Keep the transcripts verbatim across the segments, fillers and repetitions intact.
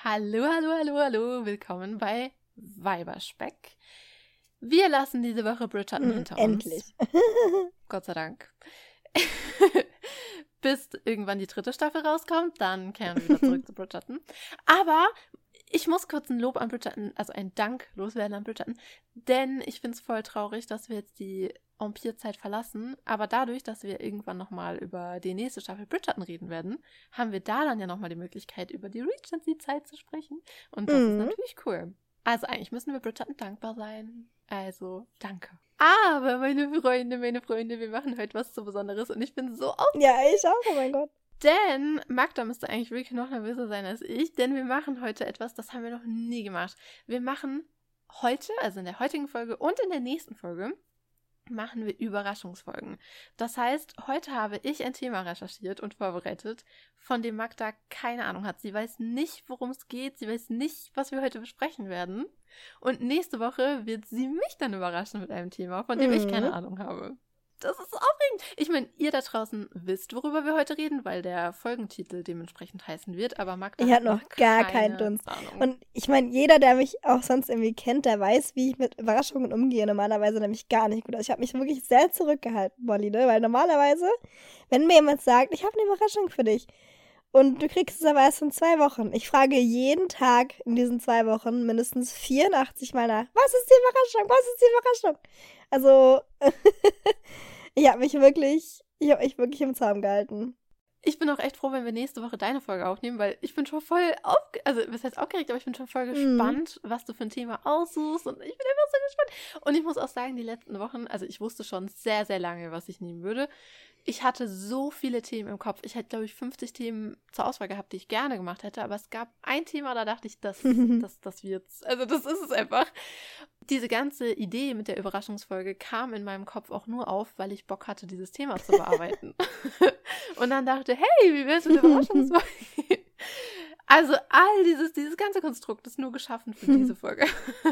Hallo, hallo, hallo, hallo. Willkommen bei Weiberspeck. Wir lassen diese Woche Bridgerton hinter uns. Endlich. Gott sei Dank. Bis irgendwann die dritte Staffel rauskommt, dann kehren wir wieder zurück zu Bridgerton. Aber ich muss kurz ein Lob an Bridgerton, also ein Dank loswerden an Bridgerton, denn ich finde es voll traurig, dass wir jetzt die Empire-Zeit verlassen, aber dadurch, dass wir irgendwann nochmal über die nächste Staffel Bridgerton reden werden, haben wir da dann ja nochmal die Möglichkeit, über die Regency-Zeit zu sprechen. Und das mhm. ist natürlich cool. Also eigentlich müssen wir Bridgerton dankbar sein. Also, danke. Aber meine Freunde, meine Freunde, wir machen heute was so Besonderes und ich bin so aufgeregt. Ja, ich auch, oh mein Gott. Denn Magda müsste eigentlich wirklich noch nervöser sein als ich, denn wir machen heute etwas, das haben wir noch nie gemacht. Wir machen heute, also in der heutigen Folge und in der nächsten Folge, machen wir Überraschungsfolgen. Das heißt, heute habe ich ein Thema recherchiert und vorbereitet, von dem Magda keine Ahnung hat. Sie weiß nicht, worum es geht, sie weiß nicht, was wir heute besprechen werden. Und nächste Woche wird sie mich dann überraschen mit einem Thema, von dem mhm. ich keine Ahnung habe. Das ist aufregend. Ich meine, ihr da draußen wisst, worüber wir heute reden, weil der Folgentitel dementsprechend heißen wird, aber Magda ich hat noch gar keinen Dunst. Ahnung. Und ich meine, jeder, der mich auch sonst irgendwie kennt, der weiß, wie ich mit Überraschungen umgehe. Normalerweise nämlich gar nicht gut. Also ich habe mich wirklich sehr zurückgehalten, Molly, ne? Weil normalerweise, wenn mir jemand sagt, ich habe eine Überraschung für dich und du kriegst es aber erst in zwei Wochen. Ich frage jeden Tag in diesen zwei Wochen mindestens vierundachtzig Mal nach, was ist die Überraschung, was ist die Überraschung? Also, ich habe mich wirklich, ich habe mich wirklich im Zaum gehalten. Ich bin auch echt froh, wenn wir nächste Woche deine Folge aufnehmen, weil ich bin schon voll aufgeregt, also was heißt aufgeregt, aber ich bin schon voll gespannt, mhm. was du für ein Thema aussuchst und ich bin einfach so gespannt. Und ich muss auch sagen, die letzten Wochen, also ich wusste schon sehr, sehr lange, was ich nehmen würde. Ich hatte so viele Themen im Kopf. Ich hätte, glaube ich, fünfzig Themen zur Auswahl gehabt, die ich gerne gemacht hätte, aber es gab ein Thema, da dachte ich, das, das, das wird's. Also das ist es einfach. Diese ganze Idee mit der Überraschungsfolge kam in meinem Kopf auch nur auf, weil ich Bock hatte, dieses Thema zu bearbeiten. Und dann dachte, hey, wie wär's mit der Überraschungsfolge? Also all dieses, dieses ganze Konstrukt ist nur geschaffen für diese Folge.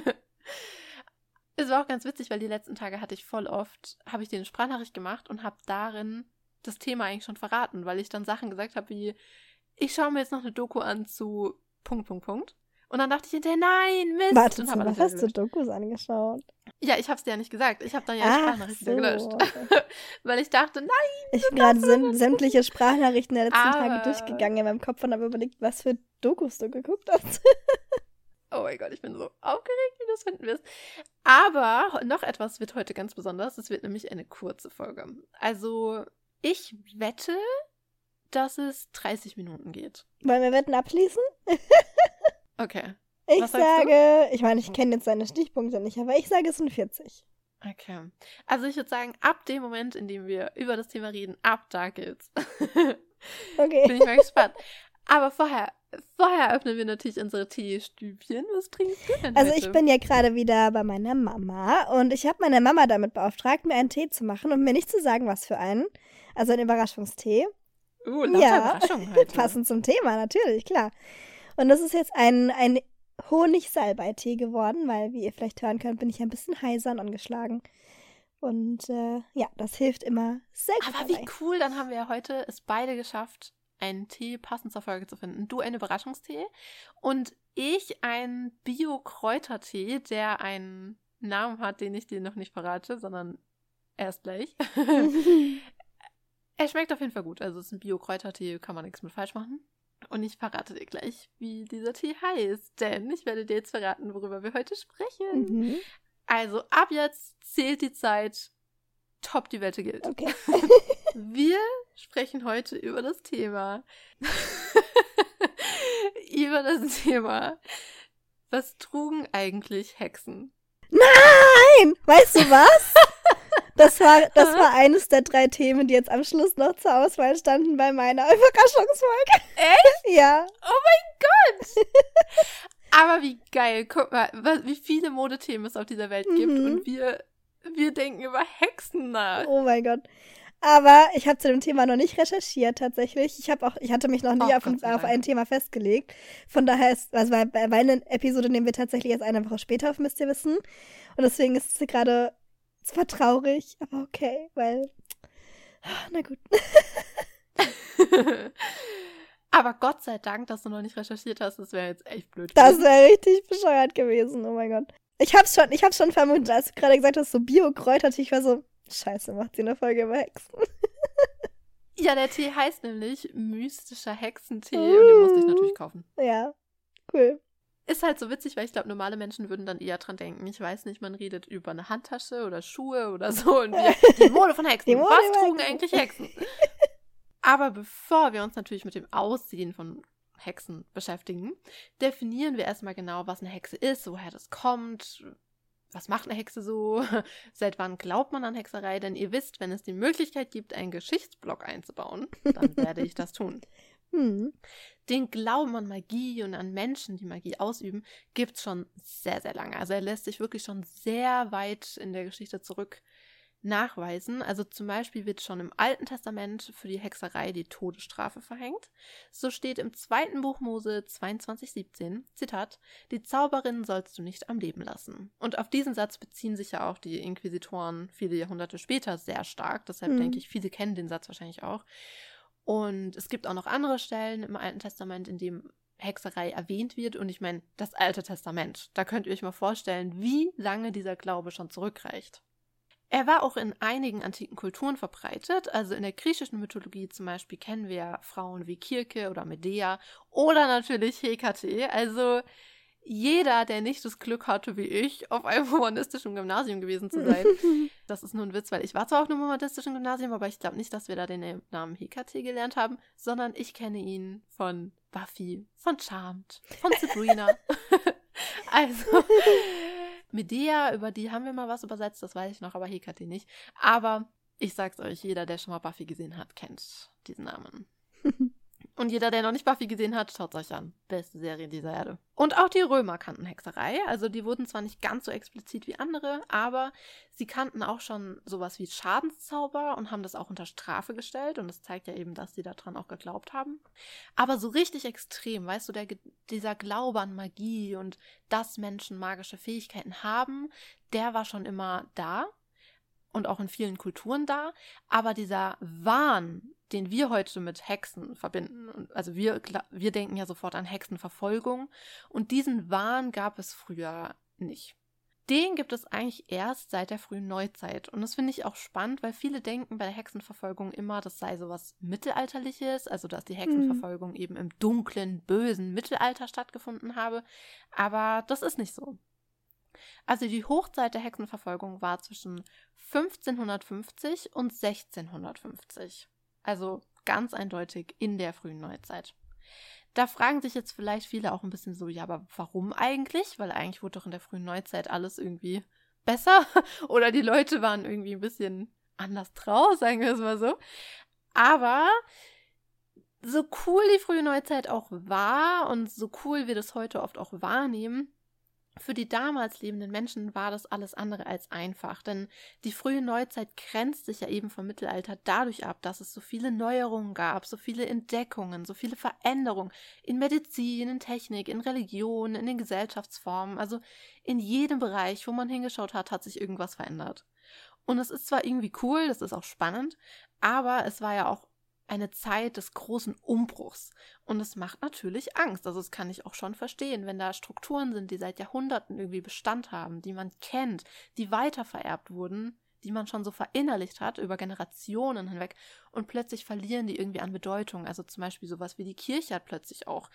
Es war auch ganz witzig, weil die letzten Tage hatte ich voll oft, habe ich dir eine Sprachnachricht gemacht und habe darin das Thema eigentlich schon verraten, weil ich dann Sachen gesagt habe wie, ich schaue mir jetzt noch eine Doku an zu Punkt, Punkt, Punkt. Und dann dachte ich hinterher, nein, Mist. Warte, und zu, was hast du Dokus angeschaut? Ja, ich habe es dir ja nicht gesagt. Ich habe dann ja die Sprachnachricht so, wieder gelöscht. Okay. Weil ich dachte, nein. Ich bin gerade säm- sämtliche Sprachnachrichten der letzten Aber Tage durchgegangen in meinem Kopf und habe überlegt, was für Dokus du geguckt hast. Oh mein Gott, ich bin so aufgeregt, wie du es finden wirst. Aber noch etwas wird heute ganz besonders. Es wird nämlich eine kurze Folge. Also, ich wette, dass es dreißig Minuten geht. Wollen wir Wetten abschließen? Okay. Ich Was sagst sage, ich meine, ich kenne jetzt seine Stichpunkte nicht, aber ich sage, es sind vierzig. Okay. Also ich würde sagen, ab dem Moment, in dem wir über das Thema reden, ab da geht's. Okay. Bin ich mal gespannt. Aber vorher, vorher öffnen wir natürlich unsere Teestübchen. Was trinkst du denn Also heute? ich bin ja gerade wieder bei meiner Mama und ich habe meine Mama damit beauftragt, mir einen Tee zu machen und mir nicht zu sagen, was für einen. Also einen Überraschungstee. Uh, lauter ja, Überraschung heute. Passend zum Thema, natürlich, klar. Und das ist jetzt ein, ein Honig-Salbei-Tee geworden, weil, wie ihr vielleicht hören könnt, bin ich ein bisschen heiser und angeschlagen. Und äh, ja, das hilft immer sehr gut. Aber dabei. wie cool, dann haben wir ja heute es beide geschafft, einen Tee passend zur Folge zu finden. Du einen Überraschungstee und ich einen Bio-Kräutertee, der einen Namen hat, den ich dir noch nicht verrate, sondern erst gleich. Er schmeckt auf jeden Fall gut. Also es ist ein Bio-Kräutertee, kann man nichts mit falsch machen. Und ich verrate dir gleich, wie dieser Tee heißt, denn ich werde dir jetzt verraten, worüber wir heute sprechen. Mhm. Also ab jetzt zählt die Zeit, top die Wette gilt. Okay. Wir sprechen heute über das Thema, über das Thema, was trugen eigentlich Hexen? Nein! Weißt du was? Das war, das war eines der drei Themen, die jetzt am Schluss noch zur Auswahl standen bei meiner Überraschungsfolge. Echt? Ja. Oh mein Gott! Aber wie geil. Guck mal, wie viele Modethemen es auf dieser Welt gibt. Mhm. Und wir, wir denken über Hexen nach. Oh mein Gott. Aber ich habe zu dem Thema noch nicht recherchiert tatsächlich. Ich habe auch, ich hatte mich noch nie Oh, auf, ein, auf ein Thema festgelegt. Von daher ist, also bei, bei einer Episode nehmen wir tatsächlich erst eine Woche später auf, müsst ihr wissen. Und deswegen ist es gerade zwar traurig, aber okay, weil, na gut. Aber Gott sei Dank, dass du noch nicht recherchiert hast, das wäre jetzt echt blöd gewesen. Das wäre richtig bescheuert gewesen, oh mein Gott. Ich hab's schon, ich hab's schon vermutet, als du gerade gesagt hast, so Bio-Kräutertee, ich war so, scheiße, macht sie eine Folge über Hexen. Ja, der Tee heißt nämlich mystischer Hexentee uh, und den musste ich natürlich kaufen. Ja, cool. Ist halt so witzig, weil ich glaube, normale Menschen würden dann eher dran denken. Ich weiß nicht, man redet über eine Handtasche oder Schuhe oder so und wir, die Mode von Hexen. Mode Was trugen Hexen. eigentlich Hexen? Aber bevor wir uns natürlich mit dem Aussehen von Hexen beschäftigen, definieren wir erstmal genau, was eine Hexe ist, woher das kommt, was macht eine Hexe so, seit wann glaubt man an Hexerei, denn ihr wisst, wenn es die Möglichkeit gibt, einen Geschichtsblock einzubauen, dann werde ich das tun. Hm. Den Glauben an Magie und an Menschen, die Magie ausüben, gibt es schon sehr, sehr lange. Also er lässt sich wirklich schon sehr weit in der Geschichte zurück nachweisen. Also zum Beispiel wird schon im Alten Testament für die Hexerei die Todesstrafe verhängt. So steht im zweiten Buch Mose zweiundzwanzig siebzehn, Zitat, die Zauberin sollst du nicht am Leben lassen. Und auf diesen Satz beziehen sich ja auch die Inquisitoren viele Jahrhunderte später sehr stark. Deshalb mhm. denke ich, viele kennen den Satz wahrscheinlich auch. Und es gibt auch noch andere Stellen im Alten Testament, in dem Hexerei erwähnt wird. Und ich meine, das Alte Testament, da könnt ihr euch mal vorstellen, wie lange dieser Glaube schon zurückreicht. Er war auch in einigen antiken Kulturen verbreitet, also in der griechischen Mythologie zum Beispiel kennen wir Frauen wie Kirke oder Medea oder natürlich Hekate, also jeder, der nicht das Glück hatte wie ich, auf einem humanistischen Gymnasium gewesen zu sein. Das ist nur ein Witz, weil ich war zwar auf einem humanistischen Gymnasium, aber ich glaube nicht, dass wir da den Namen Hekate gelernt haben, sondern ich kenne ihn von Buffy, von Charmed, von Sabrina. Also Medea, über die haben wir mal was übersetzt, das weiß ich noch, aber Hekate nicht. Aber ich sag's euch, jeder, der schon mal Buffy gesehen hat, kennt diesen Namen. Und jeder, der noch nicht Buffy gesehen hat, schaut es euch an. Beste Serie dieser Erde. Und auch die Römer kannten Hexerei. Also die wurden zwar nicht ganz so explizit wie andere, aber sie kannten auch schon sowas wie Schadenszauber und haben das auch unter Strafe gestellt. Und das zeigt ja eben, dass sie daran auch geglaubt haben. Aber so richtig extrem, weißt du, der, dieser Glaube an Magie und dass Menschen magische Fähigkeiten haben, der war schon immer da. Und auch in vielen Kulturen da. Aber dieser Wahn, den wir heute mit Hexen verbinden, also wir, wir denken ja sofort an Hexenverfolgung und diesen Wahn gab es früher nicht. Den gibt es eigentlich erst seit der frühen Neuzeit und das finde ich auch spannend, weil viele denken bei der Hexenverfolgung immer, das sei sowas Mittelalterliches, also dass die Hexenverfolgung mhm. eben im dunklen, bösen Mittelalter stattgefunden habe, aber das ist nicht so. Also die Hochzeit der Hexenverfolgung war zwischen fünfzehnhundertfünfzig und sechzehnhundertfünfzig. Also ganz eindeutig in der frühen Neuzeit. Da fragen sich jetzt vielleicht viele auch ein bisschen so, ja, aber warum eigentlich? Weil eigentlich wurde doch in der frühen Neuzeit alles irgendwie besser oder die Leute waren irgendwie ein bisschen anders draus, sagen wir es mal so. Aber so cool die frühe Neuzeit auch war und so cool wir das heute oft auch wahrnehmen, für die damals lebenden Menschen war das alles andere als einfach, denn die frühe Neuzeit grenzt sich ja eben vom Mittelalter dadurch ab, dass es so viele Neuerungen gab, so viele Entdeckungen, so viele Veränderungen in Medizin, in Technik, in Religion, in den Gesellschaftsformen, also in jedem Bereich, wo man hingeschaut hat, hat sich irgendwas verändert. Und es ist zwar irgendwie cool, das ist auch spannend, aber es war ja auch eine Zeit des großen Umbruchs. Und es macht natürlich Angst. Also das kann ich auch schon verstehen, wenn da Strukturen sind, die seit Jahrhunderten irgendwie Bestand haben, die man kennt, die weitervererbt wurden, die man schon so verinnerlicht hat über Generationen hinweg und plötzlich verlieren die irgendwie an Bedeutung. Also zum Beispiel sowas wie die Kirche hat plötzlich auch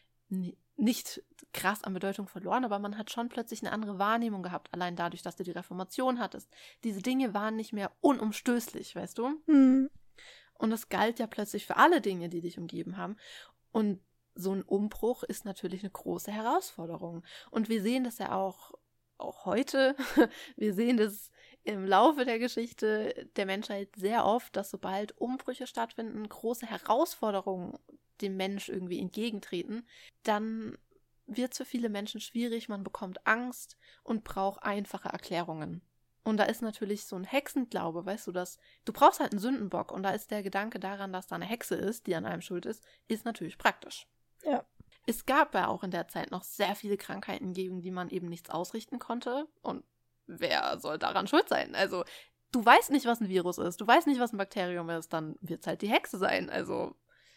nicht krass an Bedeutung verloren, aber man hat schon plötzlich eine andere Wahrnehmung gehabt, allein dadurch, dass du die Reformation hattest. Diese Dinge waren nicht mehr unumstößlich, weißt du? Mhm. Und das galt ja plötzlich für alle Dinge, die dich umgeben haben. Und so ein Umbruch ist natürlich eine große Herausforderung. Und wir sehen das ja auch, auch heute. Wir sehen das im Laufe der Geschichte der Menschheit sehr oft, dass sobald Umbrüche stattfinden, große Herausforderungen dem Mensch irgendwie entgegentreten, dann wird es für viele Menschen schwierig, man bekommt Angst und braucht einfache Erklärungen. Und da ist natürlich so ein Hexenglaube, weißt du, dass du brauchst halt einen Sündenbock und da ist der Gedanke daran, dass da eine Hexe ist, die an einem schuld ist, ist natürlich praktisch. Ja. Es gab ja auch in der Zeit noch sehr viele Krankheiten, gegen die man eben nichts ausrichten konnte und wer soll daran schuld sein? Also du weißt nicht, was ein Virus ist, du weißt nicht, was ein Bakterium ist, dann wird es halt die Hexe sein, also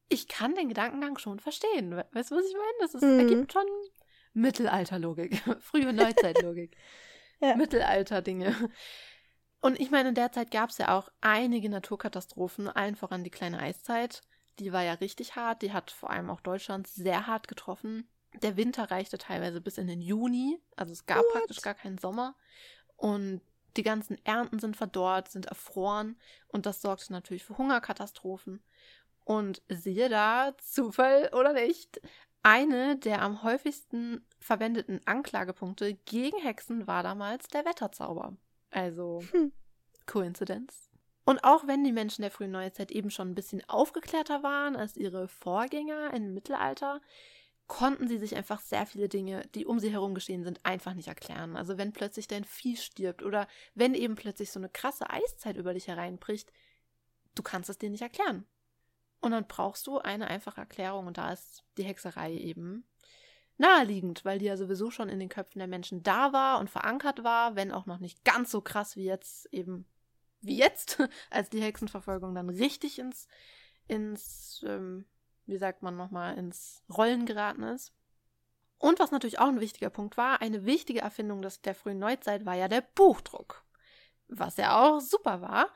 ich kann den Gedankengang schon verstehen. Weißt du, was ich meine? Das ist, Mhm. ergibt schon Mittelalterlogik, frühe Neuzeitlogik, Ja. Mittelalter-Dinge. Und ich meine, in der Zeit gab es ja auch einige Naturkatastrophen, allen voran die kleine Eiszeit. Die war ja richtig hart, die hat vor allem auch Deutschland sehr hart getroffen. Der Winter reichte teilweise bis in den Juni, also es gab What? praktisch gar keinen Sommer. Und die ganzen Ernten sind verdorrt, sind erfroren und das sorgte natürlich für Hungerkatastrophen. Und siehe da, Zufall oder nicht, eine der am häufigsten verwendeten Anklagepunkte gegen Hexen war damals der Wetterzauber. Also, Hm. Koinzidenz. Und auch wenn die Menschen der frühen Neuzeit eben schon ein bisschen aufgeklärter waren als ihre Vorgänger im Mittelalter, konnten sie sich einfach sehr viele Dinge, die um sie herum geschehen sind, einfach nicht erklären. Also wenn plötzlich dein Vieh stirbt oder wenn eben plötzlich so eine krasse Eiszeit über dich hereinbricht, du kannst es dir nicht erklären. Und dann brauchst du eine einfache Erklärung und da ist die Hexerei eben naheliegend, weil die ja sowieso schon in den Köpfen der Menschen da war und verankert war, wenn auch noch nicht ganz so krass wie jetzt eben, wie jetzt, als die Hexenverfolgung dann richtig ins, ins, ähm, wie sagt man nochmal, ins Rollen geraten ist. Und was natürlich auch ein wichtiger Punkt war, eine wichtige Erfindung des, der frühen Neuzeit war ja der Buchdruck, was ja auch super war.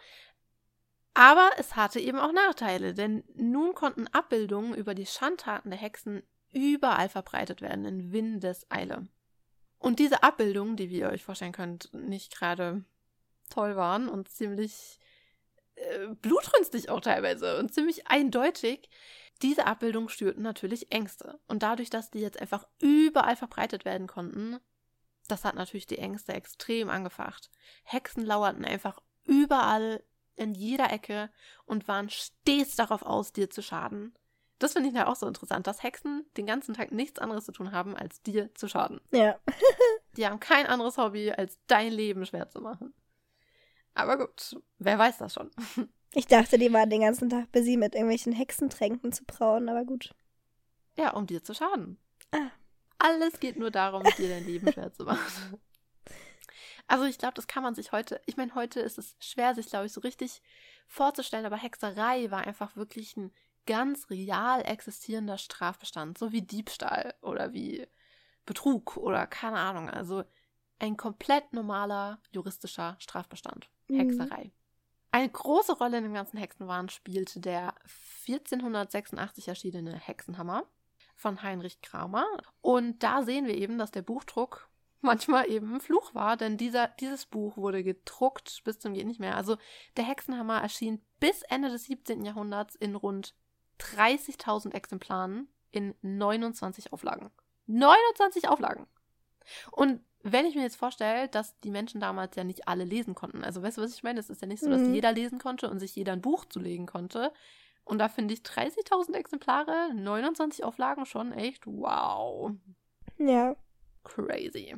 Aber es hatte eben auch Nachteile, denn nun konnten Abbildungen über die Schandtaten der Hexen überall verbreitet werden, in Windeseile. Und diese Abbildungen, die, wie ihr euch vorstellen könnt, nicht gerade toll waren und ziemlich äh, blutrünstig auch teilweise und ziemlich eindeutig, diese Abbildungen schürten natürlich Ängste. Und dadurch, dass die jetzt einfach überall verbreitet werden konnten, das hat natürlich die Ängste extrem angefacht. Hexen lauerten einfach überall in jeder Ecke und waren stets darauf aus, dir zu schaden. Das finde ich ja auch so interessant, dass Hexen den ganzen Tag nichts anderes zu tun haben, als dir zu schaden. Ja. Die haben kein anderes Hobby, als dein Leben schwer zu machen. Aber gut, wer weiß das schon. Ich dachte, die waren den ganzen Tag busy mit irgendwelchen Hexentränken zu brauen, aber gut. Ja, um dir zu schaden. Ah. Alles geht nur darum, dir dein Leben schwer zu machen. Also ich glaube, das kann man sich heute, ich meine, heute ist es schwer, sich, glaube ich, so richtig vorzustellen, aber Hexerei war einfach wirklich ein ganz real existierender Strafbestand, so wie Diebstahl oder wie Betrug oder keine Ahnung, also ein komplett normaler juristischer Strafbestand, Hexerei. Mhm. Eine große Rolle in dem ganzen Hexenwahn spielte der vierzehnhundertsechsundachtzig erschienene Hexenhammer von Heinrich Kramer. Und da sehen wir eben, dass der Buchdruck manchmal eben ein Fluch war, denn dieser, dieses Buch wurde gedruckt bis zum geht nicht mehr. Also der Hexenhammer erschien bis Ende des siebzehnten Jahrhunderts in rund dreißigtausend Exemplaren in neunundzwanzig Auflagen. neunundzwanzig Auflagen! Und wenn ich mir jetzt vorstelle, dass die Menschen damals ja nicht alle lesen konnten, also weißt du, was ich meine? Es ist ja nicht so, dass Mhm. jeder lesen konnte und sich jeder ein Buch zulegen konnte. Und da finde ich dreißigtausend Exemplare, neunundzwanzig Auflagen schon echt wow. Ja. Crazy.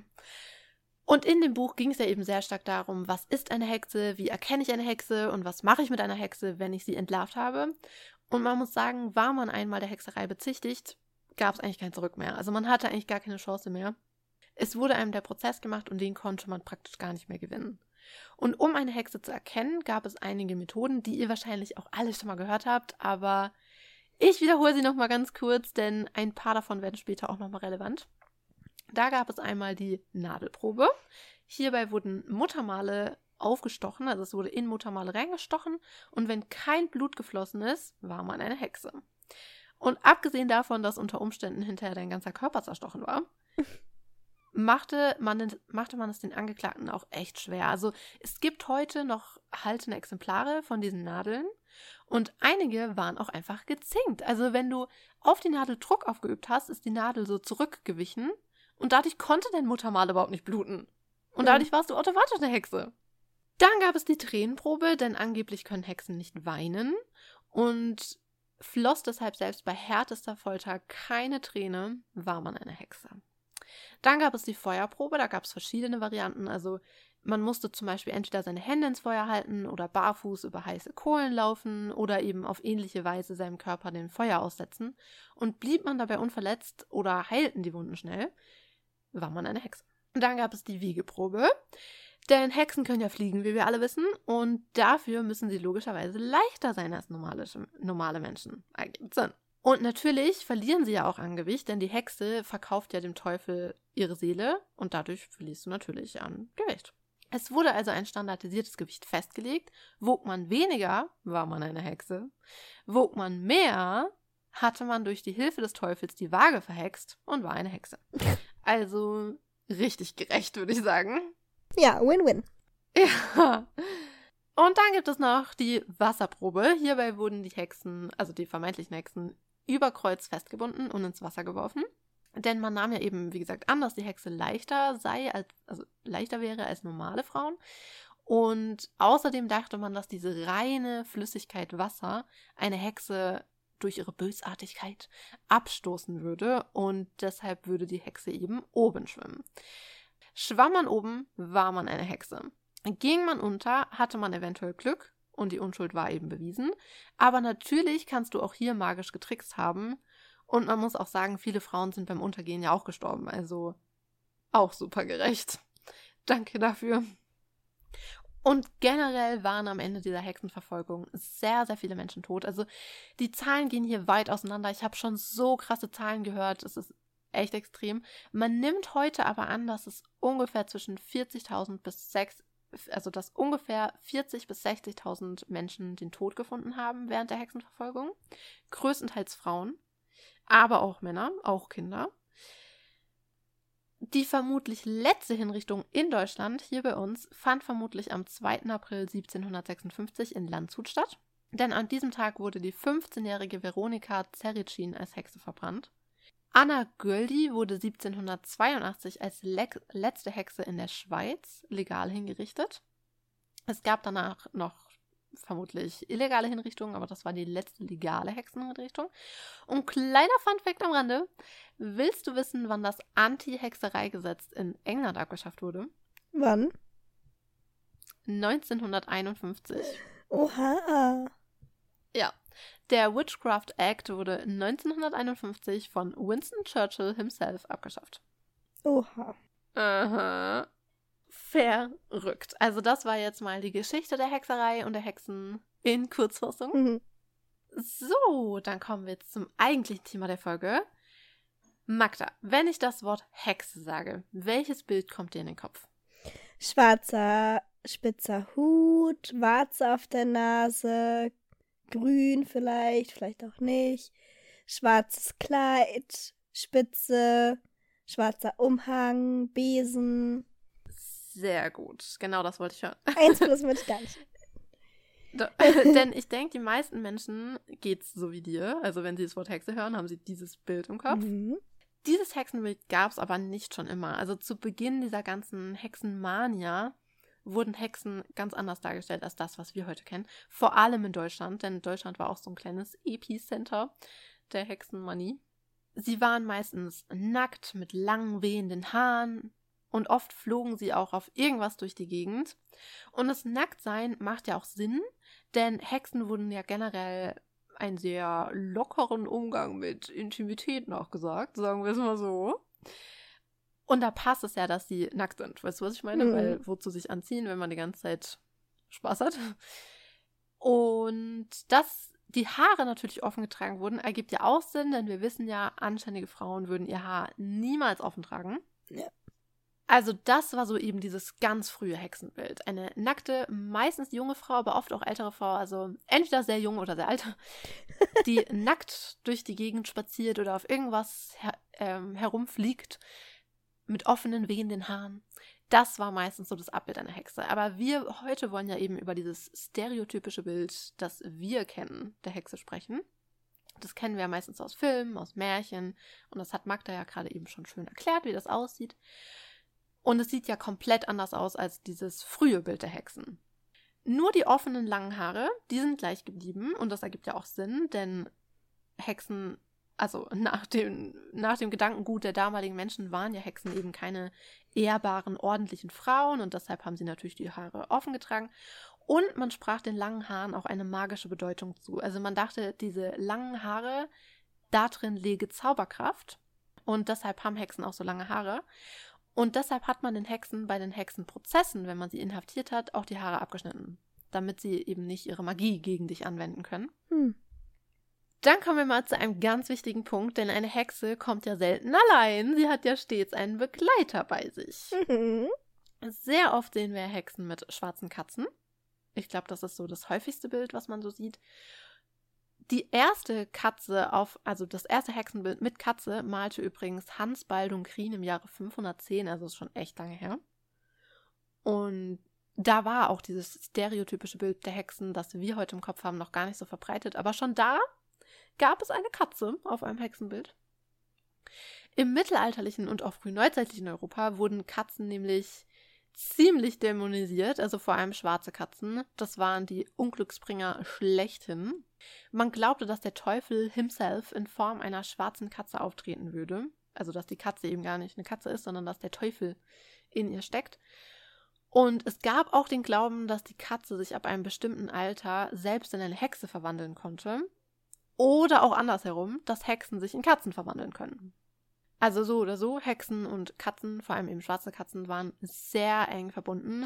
Und in dem Buch ging es ja eben sehr stark darum, was ist eine Hexe, wie erkenne ich eine Hexe und was mache ich mit einer Hexe, wenn ich sie entlarvt habe. Und man muss sagen, war man einmal der Hexerei bezichtigt, gab es eigentlich kein Zurück mehr. Also man hatte eigentlich gar keine Chance mehr. Es wurde einem der Prozess gemacht und den konnte man praktisch gar nicht mehr gewinnen. Und um eine Hexe zu erkennen, gab es einige Methoden, die ihr wahrscheinlich auch alle schon mal gehört habt, aber ich wiederhole sie nochmal ganz kurz, denn ein paar davon werden später auch nochmal relevant. Da gab es einmal die Nadelprobe. Hierbei wurden Muttermale aufgestochen, also es wurde in Muttermale reingestochen und wenn kein Blut geflossen ist, war man eine Hexe. Und abgesehen davon, dass unter Umständen hinterher dein ganzer Körper zerstochen war, machte man, machte man es den Angeklagten auch echt schwer. Also es gibt heute noch erhaltene Exemplare von diesen Nadeln und einige waren auch einfach gezinkt. Also wenn du auf die Nadel Druck aufgeübt hast, ist die Nadel so zurückgewichen und dadurch konnte dein Muttermal überhaupt nicht bluten. Und dadurch warst du automatisch eine Hexe. Dann gab es die Tränenprobe, denn angeblich können Hexen nicht weinen und floss deshalb selbst bei härtester Folter keine Träne, war man eine Hexe. Dann gab es die Feuerprobe, da gab es verschiedene Varianten, also man musste zum Beispiel entweder seine Hände ins Feuer halten oder barfuß über heiße Kohlen laufen oder eben auf ähnliche Weise seinem Körper dem Feuer aussetzen und blieb man dabei unverletzt oder heilten die Wunden schnell, war man eine Hexe. Und dann gab es die Wiegeprobe, denn Hexen können ja fliegen, wie wir alle wissen, und dafür müssen sie logischerweise leichter sein als normale, normale Menschen. Ergibt Sinn. Und natürlich verlieren sie ja auch an Gewicht, denn die Hexe verkauft ja dem Teufel ihre Seele und dadurch verlierst du natürlich an Gewicht. Es wurde also ein standardisiertes Gewicht festgelegt. Wog man weniger, war man eine Hexe. Wog man mehr, hatte man durch die Hilfe des Teufels die Waage verhext und war eine Hexe. Also richtig gerecht, würde ich sagen. Ja, Win-Win. Ja. Und dann gibt es noch die Wasserprobe. Hierbei wurden die Hexen, also die vermeintlichen Hexen, über Kreuz festgebunden und ins Wasser geworfen. Denn man nahm ja eben, wie gesagt, an, dass die Hexe leichter sei, als, also leichter wäre als normale Frauen. Und außerdem dachte man, dass diese reine Flüssigkeit Wasser eine Hexe durch ihre Bösartigkeit abstoßen würde und deshalb würde die Hexe eben oben schwimmen. Schwamm man oben, war man eine Hexe. Ging man unter, hatte man eventuell Glück und die Unschuld war eben bewiesen. Aber natürlich kannst du auch hier magisch getrickst haben. Und man muss auch sagen, viele Frauen sind beim Untergehen ja auch gestorben. Also auch super gerecht. Danke dafür. Und generell waren am Ende dieser Hexenverfolgung sehr, sehr viele Menschen tot. Also die Zahlen gehen hier weit auseinander. Ich habe schon so krasse Zahlen gehört. Es ist echt extrem. Man nimmt heute aber an, dass es ungefähr zwischen vierzigtausend bis sechs, also dass ungefähr vierzigtausend bis sechzigtausend Menschen den Tod gefunden haben während der Hexenverfolgung. Größtenteils Frauen, aber auch Männer, auch Kinder. Die vermutlich letzte Hinrichtung in Deutschland, hier bei uns, fand vermutlich am zweiten April siebzehnhundertsechsundfünfzig in Landshut statt. Denn an diesem Tag wurde die fünfzehnjährige Veronika Zerricin als Hexe verbrannt. Anna Göldi wurde siebzehnhundertzweiundachtzig als le- letzte Hexe in der Schweiz legal hingerichtet. Es gab danach noch vermutlich illegale Hinrichtungen, aber das war die letzte legale Hexenhinrichtung. Und kleiner Funfact am Rande, willst du wissen, wann das Anti-Hexerei-Gesetz in England abgeschafft wurde? Wann? neunzehnhunderteinundfünfzig. Oha. Ja, der Witchcraft Act wurde neunzehnhunderteinundfünfzig von Winston Churchill himself abgeschafft. Oha. Aha. Verrückt. Also das war jetzt mal die Geschichte der Hexerei und der Hexen in Kurzfassung. Mhm. So, dann kommen wir jetzt zum eigentlichen Thema der Folge. Magda, wenn ich das Wort Hexe sage, welches Bild kommt dir in den Kopf? Schwarzer, spitzer Hut, Warze auf der Nase, grün vielleicht, vielleicht auch nicht, schwarzes Kleid, Spitze, schwarzer Umhang, Besen. Sehr gut, genau das wollte ich hören. Eins plus mit gar nicht. Denn ich denke, die meisten Menschen geht's so wie dir. Also wenn sie das Wort Hexe hören, haben sie dieses Bild im Kopf. Mhm. Dieses Hexenbild gab es aber nicht schon immer. Also zu Beginn dieser ganzen Hexenmania wurden Hexen ganz anders dargestellt als das, was wir heute kennen. Vor allem in Deutschland, denn Deutschland war auch so ein kleines Epicenter der Hexenmanie. Sie waren meistens nackt mit langen, wehenden Haaren und oft flogen sie auch auf irgendwas durch die Gegend. Und das Nacktsein macht ja auch Sinn, denn Hexen wurden ja generell einen sehr lockeren Umgang mit Intimität nachgesagt, sagen wir es mal so. Und da passt es ja, dass sie nackt sind. Weißt du, was ich meine? Mhm. Weil wozu sich anziehen, wenn man die ganze Zeit Spaß hat? Und dass die Haare natürlich offen getragen wurden, ergibt ja auch Sinn, denn wir wissen ja, anständige Frauen würden ihr Haar niemals offen tragen. Ja. Also das war so eben dieses ganz frühe Hexenbild. Eine nackte, meistens junge Frau, aber oft auch ältere Frau, also entweder sehr jung oder sehr alt, die nackt durch die Gegend spaziert oder auf irgendwas her- ähm, herumfliegt mit offenen, wehenden Haaren. Das war meistens so das Abbild einer Hexe. Aber wir heute wollen ja eben über dieses stereotypische Bild, das wir kennen, der Hexe sprechen. Das kennen wir ja meistens aus Filmen, aus Märchen. Und das hat Magda ja gerade eben schon schön erklärt, wie das aussieht. Und es sieht ja komplett anders aus als dieses frühe Bild der Hexen. Nur die offenen langen Haare, die sind gleich geblieben. Und das ergibt ja auch Sinn, denn Hexen, also nach dem, nach dem Gedankengut der damaligen Menschen waren ja Hexen eben keine ehrbaren, ordentlichen Frauen. Und deshalb haben sie natürlich die Haare offen getragen. Und man sprach den langen Haaren auch eine magische Bedeutung zu. Also man dachte, diese langen Haare, da drin läge Zauberkraft. Und deshalb haben Hexen auch so lange Haare. Und deshalb hat man den Hexen bei den Hexenprozessen, wenn man sie inhaftiert hat, auch die Haare abgeschnitten, damit sie eben nicht ihre Magie gegen dich anwenden können. Hm. Dann kommen wir mal zu einem ganz wichtigen Punkt, denn eine Hexe kommt ja selten allein. Sie hat ja stets einen Begleiter bei sich. Mhm. Sehr oft sehen wir Hexen mit schwarzen Katzen. Ich glaube, das ist so das häufigste Bild, was man so sieht. Die erste Katze auf, also das erste Hexenbild mit Katze malte übrigens Hans Baldung Krien im Jahre fünfhundertzehn, also ist schon echt lange her. Und da war auch dieses stereotypische Bild der Hexen, das wir heute im Kopf haben, noch gar nicht so verbreitet. Aber schon da gab es eine Katze auf einem Hexenbild. Im mittelalterlichen und auch frühneuzeitlichen Europa wurden Katzen nämlich ziemlich dämonisiert, also vor allem schwarze Katzen. Das waren die Unglücksbringer schlechthin. Man glaubte, dass der Teufel himself in Form einer schwarzen Katze auftreten würde. Also, dass die Katze eben gar nicht eine Katze ist, sondern dass der Teufel in ihr steckt. Und es gab auch den Glauben, dass die Katze sich ab einem bestimmten Alter selbst in eine Hexe verwandeln konnte. Oder auch andersherum, dass Hexen sich in Katzen verwandeln können. Also so oder so, Hexen und Katzen, vor allem eben schwarze Katzen, waren sehr eng verbunden.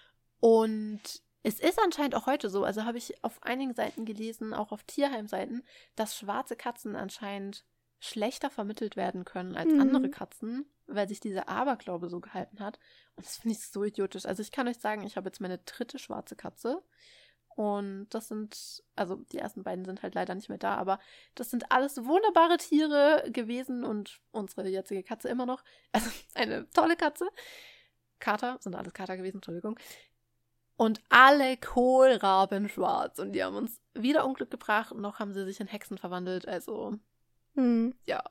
Und es ist anscheinend auch heute so, also habe ich auf einigen Seiten gelesen, auch auf Tierheimseiten, dass schwarze Katzen anscheinend schlechter vermittelt werden können als Mhm. andere Katzen, weil sich dieser Aberglaube so gehalten hat. Und das finde ich so idiotisch. Also ich kann euch sagen, ich habe jetzt meine dritte schwarze Katze. Und das sind, also die ersten beiden sind halt leider nicht mehr da, aber das sind alles wunderbare Tiere gewesen und unsere jetzige Katze immer noch. Also eine tolle Katze. Kater, sind alles Kater gewesen, Entschuldigung. Und alle Kohlraben schwarz. Und die haben uns weder Unglück gebracht, noch haben sie sich in Hexen verwandelt. Also, Hm. ja.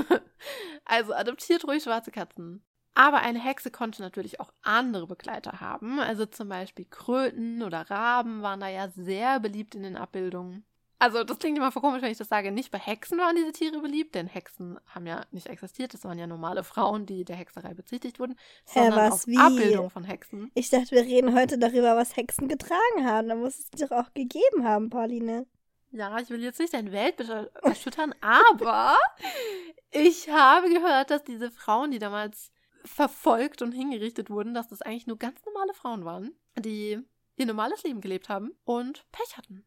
Also adoptiert ruhig schwarze Katzen. Aber eine Hexe konnte natürlich auch andere Begleiter haben. Also zum Beispiel Kröten oder Raben waren da ja sehr beliebt in den Abbildungen. Also das klingt immer komisch, wenn ich das sage. Nicht bei Hexen waren diese Tiere beliebt, denn Hexen haben ja nicht existiert. Das waren ja normale Frauen, die der Hexerei bezichtigt wurden. Hä, Sondern was, auf wie? Abbildungen von Hexen. Ich dachte, wir reden heute darüber, was Hexen getragen haben. Da muss es doch auch gegeben haben, Pauline. Ja, ich will jetzt nicht dein Weltbild erschüttern, aber ich habe gehört, dass diese Frauen, die damals verfolgt und hingerichtet wurden, dass das eigentlich nur ganz normale Frauen waren, die ihr normales Leben gelebt haben und Pech hatten.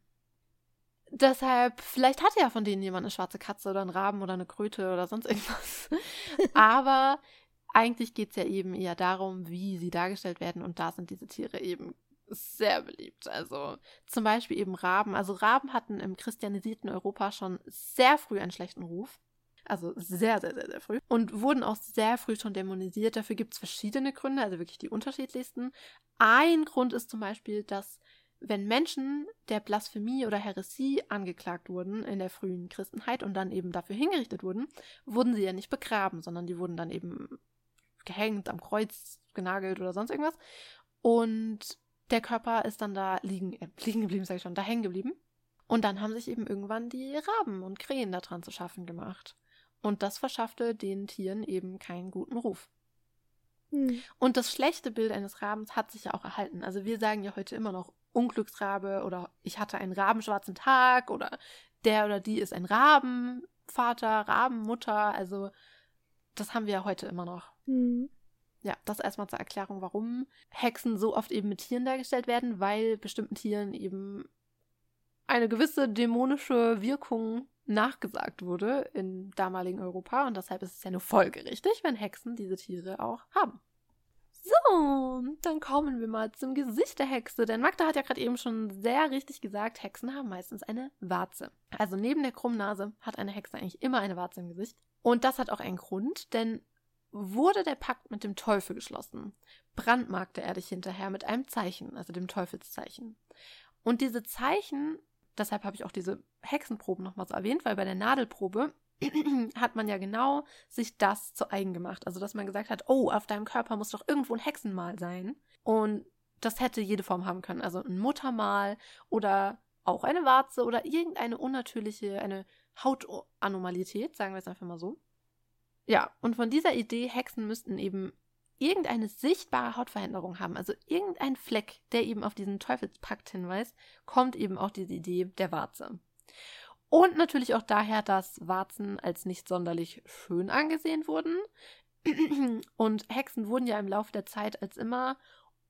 Deshalb, vielleicht hatte ja von denen jemand eine schwarze Katze oder einen Raben oder eine Kröte oder sonst irgendwas. Aber eigentlich geht es ja eben eher darum, wie sie dargestellt werden, und da sind diese Tiere eben sehr beliebt. Also zum Beispiel eben Raben. Also Raben hatten im christianisierten Europa schon sehr früh einen schlechten Ruf. Also sehr, sehr, sehr, sehr früh. Und wurden auch sehr früh schon dämonisiert. Dafür gibt es verschiedene Gründe, also wirklich die unterschiedlichsten. Ein Grund ist zum Beispiel, dass wenn Menschen der Blasphemie oder Häresie angeklagt wurden in der frühen Christenheit und dann eben dafür hingerichtet wurden, wurden sie ja nicht begraben, sondern die wurden dann eben gehängt, am Kreuz genagelt oder sonst irgendwas. Und der Körper ist dann da liegen, äh, liegen geblieben, sag ich schon, da hängen geblieben. Und dann haben sich eben irgendwann die Raben und Krähen daran zu schaffen gemacht. Und das verschaffte den Tieren eben keinen guten Ruf. Hm. Und das schlechte Bild eines Rabens hat sich ja auch erhalten. Also wir sagen ja heute immer noch Unglücksrabe oder ich hatte einen rabenschwarzen Tag oder der oder die ist ein Rabenvater, Rabenmutter. Also das haben wir ja heute immer noch. Hm. Ja, das erstmal zur Erklärung, warum Hexen so oft eben mit Tieren dargestellt werden, weil bestimmten Tieren eben eine gewisse dämonische Wirkung nachgesagt wurde im damaligen Europa, und deshalb ist es ja nur folgerichtig, wenn Hexen diese Tiere auch haben. So, dann kommen wir mal zum Gesicht der Hexe, denn Magda hat ja gerade eben schon sehr richtig gesagt, Hexen haben meistens eine Warze. Also neben der krummen Nase hat eine Hexe eigentlich immer eine Warze im Gesicht. Und das hat auch einen Grund, denn wurde der Pakt mit dem Teufel geschlossen, brandmarkte er dich hinterher mit einem Zeichen, also dem Teufelszeichen. Und diese Zeichen, deshalb habe ich auch diese Hexenproben nochmal so erwähnt, weil bei der Nadelprobe hat man ja genau sich das zu eigen gemacht. Also, dass man gesagt hat, oh, auf deinem Körper muss doch irgendwo ein Hexenmal sein. Und das hätte jede Form haben können. Also ein Muttermal oder auch eine Warze oder irgendeine unnatürliche, eine Hautanomalität, sagen wir es einfach mal so. Ja, und von dieser Idee, Hexen müssten eben irgendeine sichtbare Hautveränderung haben, also irgendein Fleck, der eben auf diesen Teufelspakt hinweist, kommt eben auch diese Idee der Warze. Und natürlich auch daher, dass Warzen als nicht sonderlich schön angesehen wurden. Und Hexen wurden ja im Laufe der Zeit als immer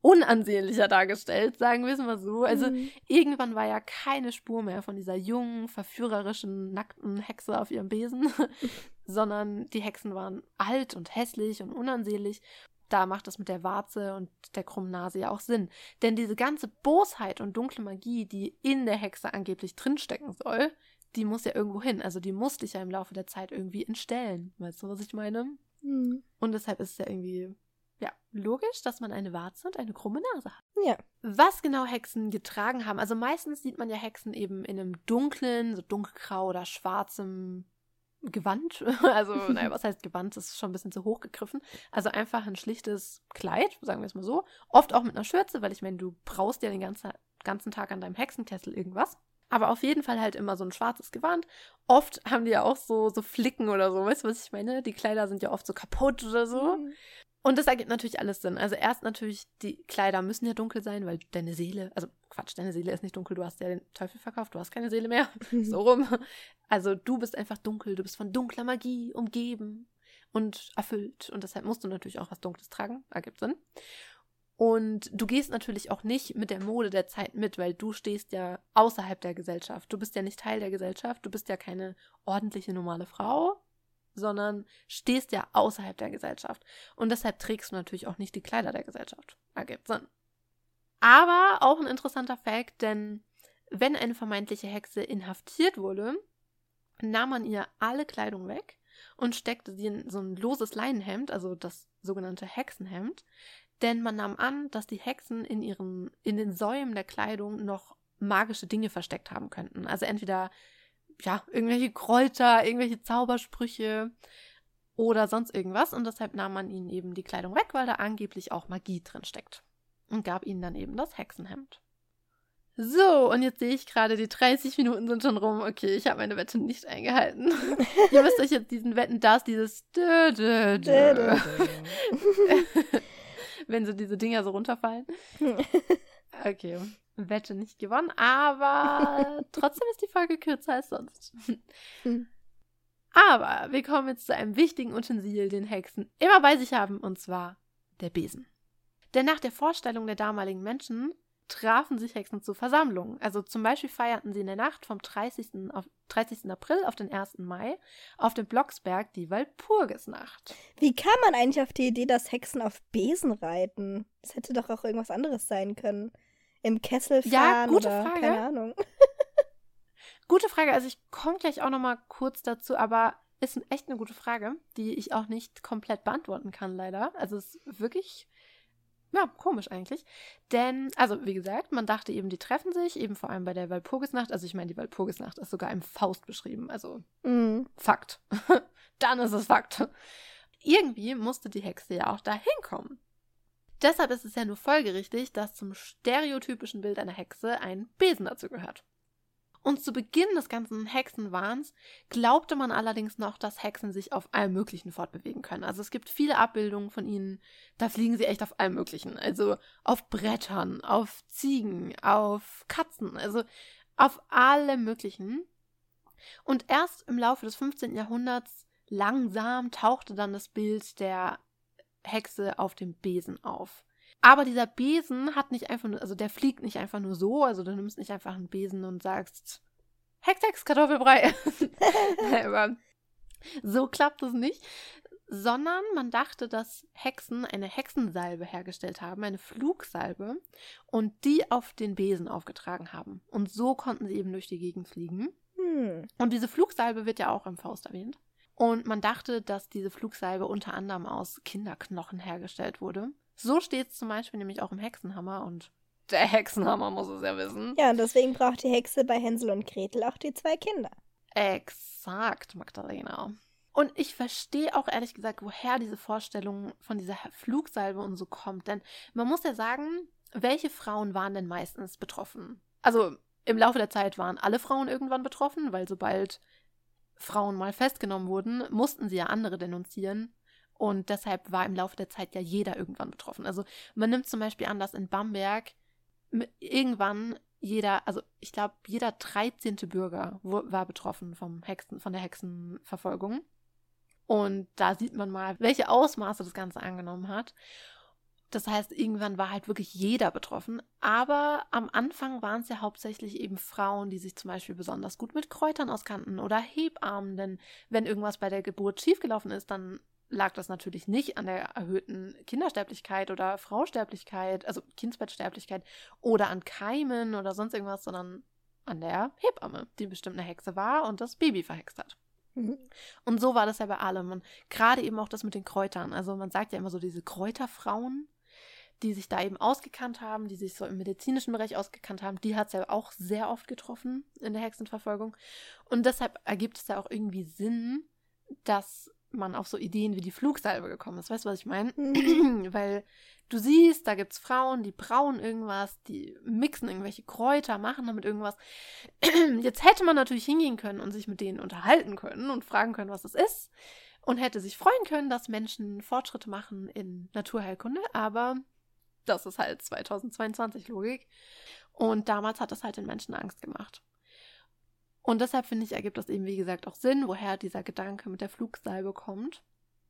unansehnlicher dargestellt, sagen wir es mal so. Also Mhm. irgendwann war ja keine Spur mehr von dieser jungen, verführerischen, nackten Hexe auf ihrem Besen, sondern die Hexen waren alt und hässlich und unansehnlich. Da macht das mit der Warze und der krummen Nase ja auch Sinn. Denn diese ganze Bosheit und dunkle Magie, die in der Hexe angeblich drinstecken soll, die muss ja irgendwo hin. Also die muss dich ja im Laufe der Zeit irgendwie entstellen. Weißt du, was ich meine? Mhm. Und deshalb ist es ja irgendwie, ja, logisch, dass man eine Warze und eine krumme Nase hat. Ja. Was genau Hexen getragen haben, also meistens sieht man ja Hexen eben in einem dunklen, so dunkelgrau oder schwarzem Gewand. Also, naja, was heißt Gewand? Das ist schon ein bisschen zu hoch gegriffen. Also einfach ein schlichtes Kleid, sagen wir es mal so. Oft auch mit einer Schürze, weil ich meine, du brauchst ja den ganzen, ganzen Tag an deinem Hexenkessel irgendwas. Aber auf jeden Fall halt immer so ein schwarzes Gewand. Oft haben die ja auch so, so Flicken oder so. Weißt du, was ich meine? Die Kleider sind ja oft so kaputt oder so. Mhm. Und das ergibt natürlich alles Sinn. Also erst natürlich, die Kleider müssen ja dunkel sein, weil deine Seele, also Quatsch, deine Seele ist nicht dunkel, du hast ja den Teufel verkauft, du hast keine Seele mehr. So rum. Also du bist einfach dunkel, du bist von dunkler Magie umgeben und erfüllt. Und deshalb musst du natürlich auch was Dunkles tragen. Ergibt Sinn. Und du gehst natürlich auch nicht mit der Mode der Zeit mit, weil du stehst ja außerhalb der Gesellschaft. Du bist ja nicht Teil der Gesellschaft, du bist ja keine ordentliche, normale Frau, sondern stehst ja außerhalb der Gesellschaft. Und deshalb trägst du natürlich auch nicht die Kleider der Gesellschaft. Ergibt Sinn. Aber auch ein interessanter Fakt, denn wenn eine vermeintliche Hexe inhaftiert wurde, nahm man ihr alle Kleidung weg und steckte sie in so ein loses Leinenhemd, also das sogenannte Hexenhemd, denn man nahm an, dass die Hexen in ihren, in den Säumen der Kleidung noch magische Dinge versteckt haben könnten. Also entweder ja, irgendwelche Kräuter, irgendwelche Zaubersprüche oder sonst irgendwas. Und deshalb nahm man ihnen eben die Kleidung weg, weil da angeblich auch Magie drin steckt. Und gab ihnen dann eben das Hexenhemd. So, und jetzt sehe ich gerade, die dreißig Minuten sind schon rum. Okay, ich habe meine Wette nicht eingehalten. Ihr müsst euch jetzt diesen Wetten, das, dieses dö, dö, dö. Dö, dö, dö. Wenn so diese Dinger so runterfallen. Okay, Wette nicht gewonnen, aber trotzdem ist die Folge kürzer als sonst. Aber wir kommen jetzt zu einem wichtigen Utensil, den Hexen immer bei sich haben, und zwar der Besen. Denn nach der Vorstellung der damaligen Menschen trafen sich Hexen zu Versammlungen. Also zum Beispiel feierten sie in der Nacht vom dreißigsten Auf, dreißigsten April auf den ersten Mai auf dem Blocksberg die Walpurgisnacht. Wie kam man eigentlich auf die Idee, dass Hexen auf Besen reiten? Das hätte doch auch irgendwas anderes sein können. Im Kessel fahren Ja, gute oder Frage. keine Ahnung. Gute Frage, also ich komme gleich auch nochmal kurz dazu, aber ist echt eine gute Frage, die ich auch nicht komplett beantworten kann, leider. Also es ist wirklich, ja, komisch eigentlich. Denn, also wie gesagt, man dachte eben, die treffen sich, eben vor allem bei der Walpurgisnacht. Also ich meine, die Walpurgisnacht ist sogar im Faust beschrieben, also Mhm. Fakt. Dann ist es Fakt. Irgendwie musste die Hexe ja auch da hinkommen. Deshalb ist es ja nur folgerichtig, dass zum stereotypischen Bild einer Hexe ein Besen dazu gehört. Und zu Beginn des ganzen Hexenwahns glaubte man allerdings noch, dass Hexen sich auf allem Möglichen fortbewegen können. Also es gibt viele Abbildungen von ihnen, da fliegen sie echt auf allem Möglichen. Also auf Brettern, auf Ziegen, auf Katzen, also auf allem Möglichen. Und erst im Laufe des fünfzehnten Jahrhunderts langsam tauchte dann das Bild der Hexe auf dem Besen auf. Aber dieser Besen hat nicht einfach nur, also der fliegt nicht einfach nur so, also du nimmst nicht einfach einen Besen und sagst Hex, Hex, Kartoffelbrei. Aber so klappt es nicht, sondern man dachte, dass Hexen eine Hexensalbe hergestellt haben, eine Flugsalbe, und die auf den Besen aufgetragen haben. Und so konnten sie eben durch die Gegend fliegen. Hm. Und diese Flugsalbe wird ja auch im Faust erwähnt. Und man dachte, dass diese Flugsalbe unter anderem aus Kinderknochen hergestellt wurde. So steht es zum Beispiel nämlich auch im Hexenhammer, und der Hexenhammer muss es ja wissen. Ja, und deswegen braucht die Hexe bei Hänsel und Gretel auch die zwei Kinder. Exakt, Magdalena. Und ich verstehe auch ehrlich gesagt, woher diese Vorstellung von dieser Flugsalbe und so kommt. Denn man muss ja sagen, welche Frauen waren denn meistens betroffen? Also im Laufe der Zeit waren alle Frauen irgendwann betroffen, weil sobald Frauen mal festgenommen wurden, mussten sie ja andere denunzieren. Und deshalb war im Laufe der Zeit ja jeder irgendwann betroffen. Also man nimmt zum Beispiel an, dass in Bamberg irgendwann jeder, also ich glaube, jeder dreizehnte Bürger war betroffen vom Hexen, von der Hexenverfolgung. Und da sieht man mal, welche Ausmaße das Ganze angenommen hat. Das heißt, irgendwann war halt wirklich jeder betroffen. Aber am Anfang waren es ja hauptsächlich eben Frauen, die sich zum Beispiel besonders gut mit Kräutern auskannten oder Hebammen. Denn wenn irgendwas bei der Geburt schiefgelaufen ist, dann lag das natürlich nicht an der erhöhten Kindersterblichkeit oder Frausterblichkeit, also Kindsbettsterblichkeit oder an Keimen oder sonst irgendwas, sondern an der Hebamme, die bestimmt eine Hexe war und das Baby verhext hat. Mhm. Und so war das ja bei allem. Und gerade eben auch das mit den Kräutern. Also man sagt ja immer so diese Kräuterfrauen, die sich da eben ausgekannt haben, die sich so im medizinischen Bereich ausgekannt haben, die hat es ja auch sehr oft getroffen in der Hexenverfolgung. Und deshalb ergibt es ja auch irgendwie Sinn, dass man auf so Ideen wie die Flugsalbe gekommen ist. Weißt du, was ich meine? Mhm. Weil du siehst, da gibt es Frauen, die brauen irgendwas, die mixen irgendwelche Kräuter, machen damit irgendwas. Jetzt hätte man natürlich hingehen können und sich mit denen unterhalten können und fragen können, was das ist. Und hätte sich freuen können, dass Menschen Fortschritte machen in Naturheilkunde. Aber das ist halt zweitausendzweiundzwanzig Logik. Und damals hat das halt den Menschen Angst gemacht. Und deshalb, finde ich, ergibt das eben, wie gesagt, auch Sinn, woher dieser Gedanke mit der Flugsalbe kommt.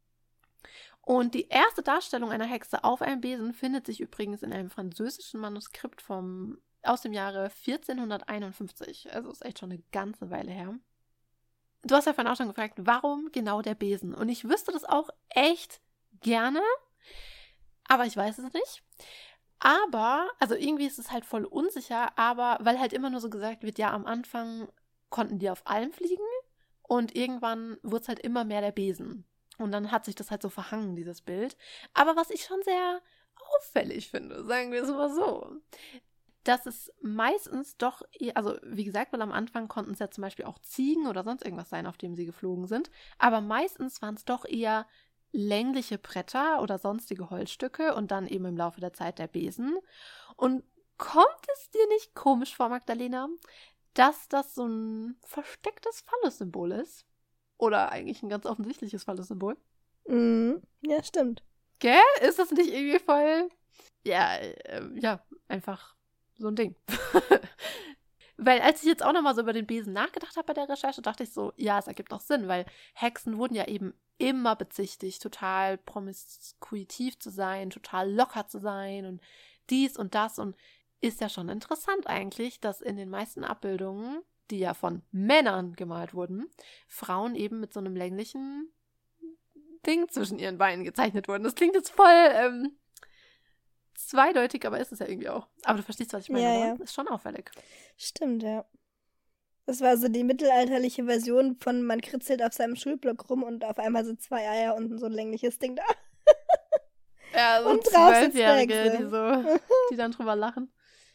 Und die erste Darstellung einer Hexe auf einem Besen findet sich übrigens in einem französischen Manuskript vom, aus dem Jahre vierzehnhunderteinundfünfzig. Also ist echt schon eine ganze Weile her. Du hast ja vorhin auch schon gefragt, warum genau der Besen? Und ich wüsste das auch echt gerne, aber ich weiß es nicht. Aber, also irgendwie ist es halt voll unsicher, aber weil halt immer nur so gesagt wird, ja, am Anfang konnten die auf allem fliegen und irgendwann wurde es halt immer mehr der Besen. Und dann hat sich das halt so verhangen, dieses Bild. Aber was ich schon sehr auffällig finde, sagen wir es mal so, dass es meistens doch, eher, also wie gesagt, weil am Anfang konnten es ja zum Beispiel auch Ziegen oder sonst irgendwas sein, auf dem sie geflogen sind, aber meistens waren es doch eher längliche Bretter oder sonstige Holzstücke und dann eben im Laufe der Zeit der Besen. Und kommt es dir nicht komisch vor, Magdalena, dass das so ein verstecktes Phallus-Symbol ist? Oder eigentlich ein ganz offensichtliches Phallus-Symbol? Mm, ja, stimmt. Gell? Ist das nicht irgendwie voll, ja, äh, ja, einfach so ein Ding. Weil als ich jetzt auch nochmal so über den Besen nachgedacht habe bei der Recherche, dachte ich so, ja, es ergibt auch Sinn, weil Hexen wurden ja eben immer bezichtigt, total promiskuitiv zu sein, total locker zu sein und dies und das. Und ist ja schon interessant eigentlich, dass in den meisten Abbildungen, die ja von Männern gemalt wurden, Frauen eben mit so einem länglichen Ding zwischen ihren Beinen gezeichnet wurden. Das klingt jetzt voll ähm, zweideutig, aber ist es ja irgendwie auch. Aber du verstehst, was ich meine, ja, oder? Ja. Ist schon auffällig. Stimmt, ja. Das war so die mittelalterliche Version von man kritzelt auf seinem Schulblock rum und auf einmal sind zwei Eier und so ein längliches Ding da. Ja, so und drauf sitzt der Zwölfjährige, Hexe. die, so, die dann drüber lachen.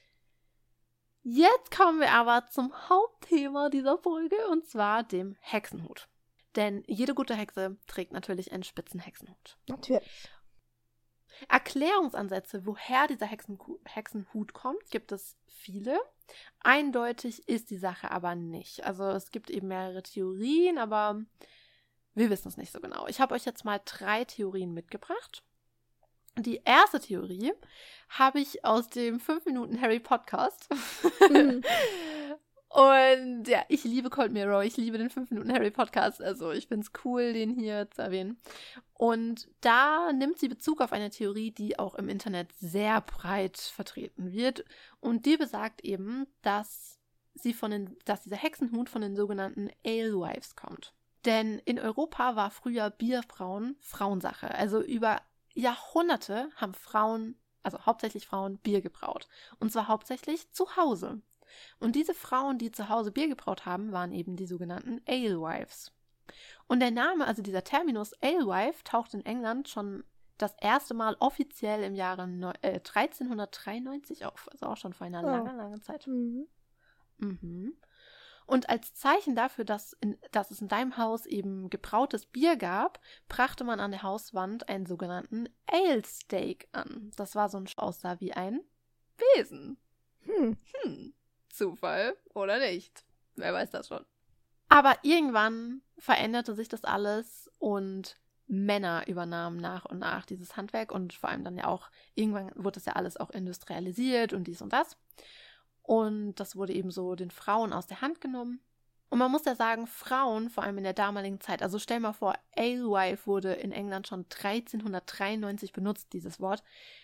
Jetzt kommen wir aber zum Hauptthema dieser Folge, und zwar dem Hexenhut. Denn jede gute Hexe trägt natürlich einen spitzen Hexenhut. Natürlich. Erklärungsansätze, woher dieser Hexenhu- Hexenhut kommt, gibt es viele. Eindeutig ist die Sache aber nicht. Also es gibt eben mehrere Theorien, aber wir wissen es nicht so genau. Ich habe euch jetzt mal drei Theorien mitgebracht. Die erste Theorie habe ich aus dem fünf Minuten Harry Podcast. Mhm. Und ja, ich liebe Cold Mirror, ich liebe den fünf Minuten Harry Podcast, also ich finde es cool, den hier zu erwähnen. Und da nimmt sie Bezug auf eine Theorie, die auch im Internet sehr breit vertreten wird. Und die besagt eben, dass sie von den, dass dieser Hexenhut von den sogenannten Alewives kommt. Denn in Europa war früher Bierbrauen Frauensache. Also über Jahrhunderte haben Frauen, also hauptsächlich Frauen, Bier gebraut. Und zwar hauptsächlich zu Hause. Und diese Frauen, die zu Hause Bier gebraut haben, waren eben die sogenannten Alewives. Und der Name, also dieser Terminus Alewife, taucht in England schon das erste Mal offiziell im Jahre äh, dreizehnhundertdreiundneunzig auf. Also auch schon vor einer oh. langen, langen Zeit. Mhm. Mhm. Und als Zeichen dafür, dass, in, dass es in deinem Haus eben gebrautes Bier gab, brachte man an der Hauswand einen sogenannten Ale-Stake an. Das war so ein aussah wie ein Besen. Hm. Hm. Zufall oder nicht? Wer weiß das schon. Aber irgendwann veränderte sich das alles und Männer übernahmen nach und nach dieses Handwerk und vor allem dann ja auch, irgendwann wurde das ja alles auch industrialisiert und dies und das. Und das wurde eben so den Frauen aus der Hand genommen. Und man muss ja sagen, Frauen, vor allem in der damaligen Zeit, also stell mal vor, Alewife wurde in England schon dreizehnhundertdreiundneunzig benutzt, dieses Wort.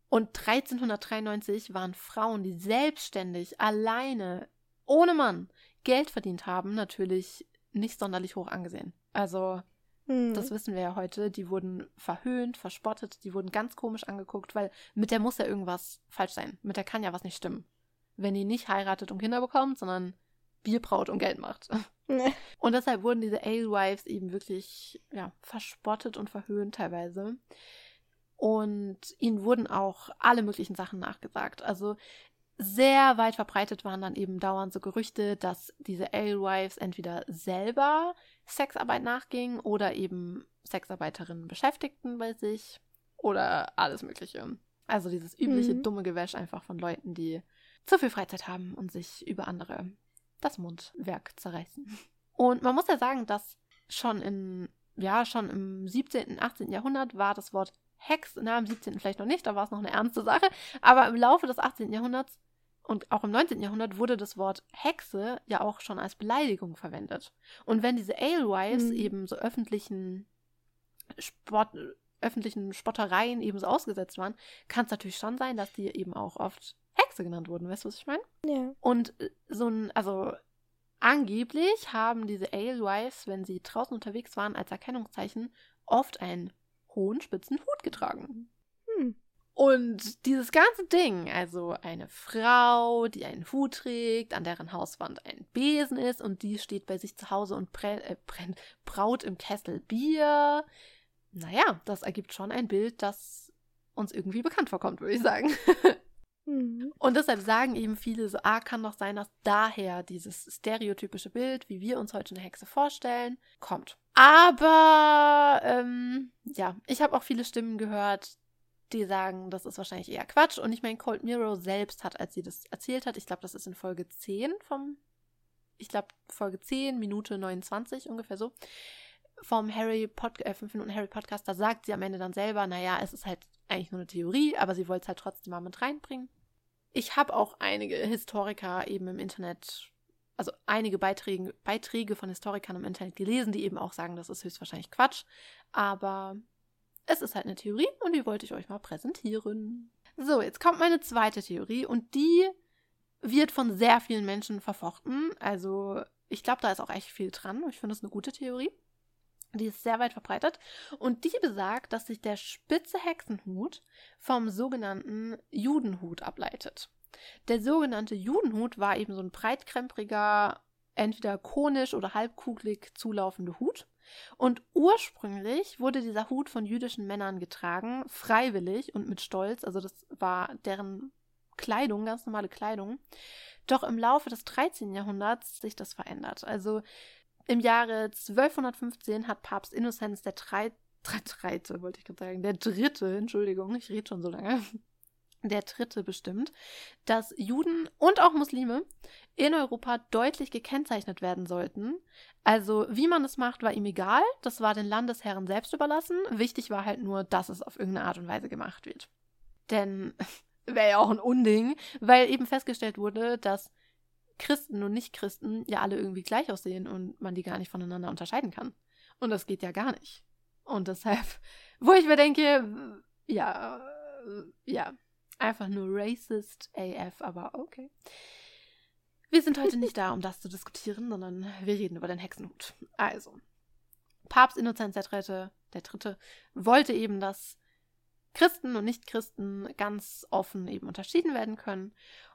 Und dreizehnhundertdreiundneunzig waren Frauen, die selbstständig, alleine, ohne Mann Geld verdient haben, natürlich nicht sonderlich hoch angesehen. Also, hm. das wissen wir ja heute, die wurden verhöhnt, verspottet, die wurden ganz komisch angeguckt, weil mit der muss ja irgendwas falsch sein. Mit der kann ja was nicht stimmen. Wenn die nicht heiratet und Kinder bekommt, sondern Bier braut und Geld macht. Nee. Und deshalb wurden diese Alewives eben wirklich ja, verspottet und verhöhnt teilweise. Und ihnen wurden auch alle möglichen Sachen nachgesagt. Also sehr weit verbreitet waren dann eben dauernd so Gerüchte, dass diese Alewives entweder selber Sexarbeit nachgingen oder eben Sexarbeiterinnen beschäftigten bei sich oder alles Mögliche. Also dieses übliche mhm. dumme Gewäsch einfach von Leuten, die zu viel Freizeit haben und sich über andere das Mundwerk zerreißen. Und man muss ja sagen, dass schon in, ja, schon im siebzehnten, achtzehnten Jahrhundert war das Wort Hex, na, im siebzehnten vielleicht noch nicht, da war es noch eine ernste Sache, aber im Laufe des achtzehnten Jahrhunderts und auch im neunzehnten Jahrhundert wurde das Wort Hexe ja auch schon als Beleidigung verwendet. Und wenn diese Alewives mhm. eben so öffentlichen Sport, öffentlichen Spottereien eben so ausgesetzt waren, kann es natürlich schon sein, dass die eben auch oft Hexe genannt wurden. Weißt du, was ich meine? Ja. Und so ein, also angeblich haben diese Alewives, wenn sie draußen unterwegs waren, als Erkennungszeichen oft einen hohen, spitzen Hut getragen. Hm. Und dieses ganze Ding, also eine Frau, die einen Hut trägt, an deren Hauswand ein Besen ist und die steht bei sich zu Hause und brennt, äh, brennt, braut im Kessel Bier. Naja, das ergibt schon ein Bild, das uns irgendwie bekannt vorkommt, würde ich sagen. mhm. Und deshalb sagen eben viele so, ah, kann doch sein, dass daher dieses stereotypische Bild, wie wir uns heute eine Hexe vorstellen, kommt. Aber, ähm, ja, ich habe auch viele Stimmen gehört, die sagen, das ist wahrscheinlich eher Quatsch. Und ich meine, Cold Mirror selbst hat, als sie das erzählt hat, ich glaube, das ist in Folge zehn vom, ich glaube, Folge zehn, Minute neunundzwanzig, ungefähr so, vom Harry Pod, äh, fünf Minuten Harry Podcast, da sagt sie am Ende dann selber, naja, es ist halt eigentlich nur eine Theorie, aber sie wollte es halt trotzdem mal mit reinbringen. Ich habe auch einige Historiker eben im Internet, also einige Beiträge, Beiträge von Historikern im Internet gelesen, die eben auch sagen, das ist höchstwahrscheinlich Quatsch, aber es ist halt eine Theorie und die wollte ich euch mal präsentieren. So, jetzt kommt meine zweite Theorie und die wird von sehr vielen Menschen verfochten. Also ich glaube, da ist auch echt viel dran. Ich finde das eine gute Theorie. Die ist sehr weit verbreitet und die besagt, dass sich der spitze Hexenhut vom sogenannten Judenhut ableitet. Der sogenannte Judenhut war eben so ein breitkrempriger, entweder konisch oder halbkugelig zulaufende Hut. Und ursprünglich wurde dieser Hut von jüdischen Männern getragen, freiwillig und mit Stolz, also das war deren Kleidung, ganz normale Kleidung. Doch im Laufe des dreizehnten Jahrhunderts sich das verändert. Also im Jahre zwölfhundertfünfzehn hat Papst Innozenz der Drei, Dreite, wollte ich gerade sagen, der Dritte, Entschuldigung, ich rede schon so lange, der Dritte bestimmt, dass Juden und auch Muslime in Europa deutlich gekennzeichnet werden sollten. Also wie man es macht, war ihm egal, das war den Landesherren selbst überlassen. Wichtig war halt nur, dass es auf irgendeine Art und Weise gemacht wird. Denn wäre ja auch ein Unding, weil eben festgestellt wurde, dass Christen und Nicht-Christen ja alle irgendwie gleich aussehen und man die gar nicht voneinander unterscheiden kann. Und das geht ja gar nicht. Und deshalb, wo ich mir denke, ja, ja, einfach nur racist A F, aber okay. Wir sind heute nicht da, um das zu diskutieren, sondern wir reden über den Hexenhut. Also, Papst Innozenz der Dritte, der Dritte wollte eben, dass Christen und Nicht-Christen ganz offen eben unterschieden werden können.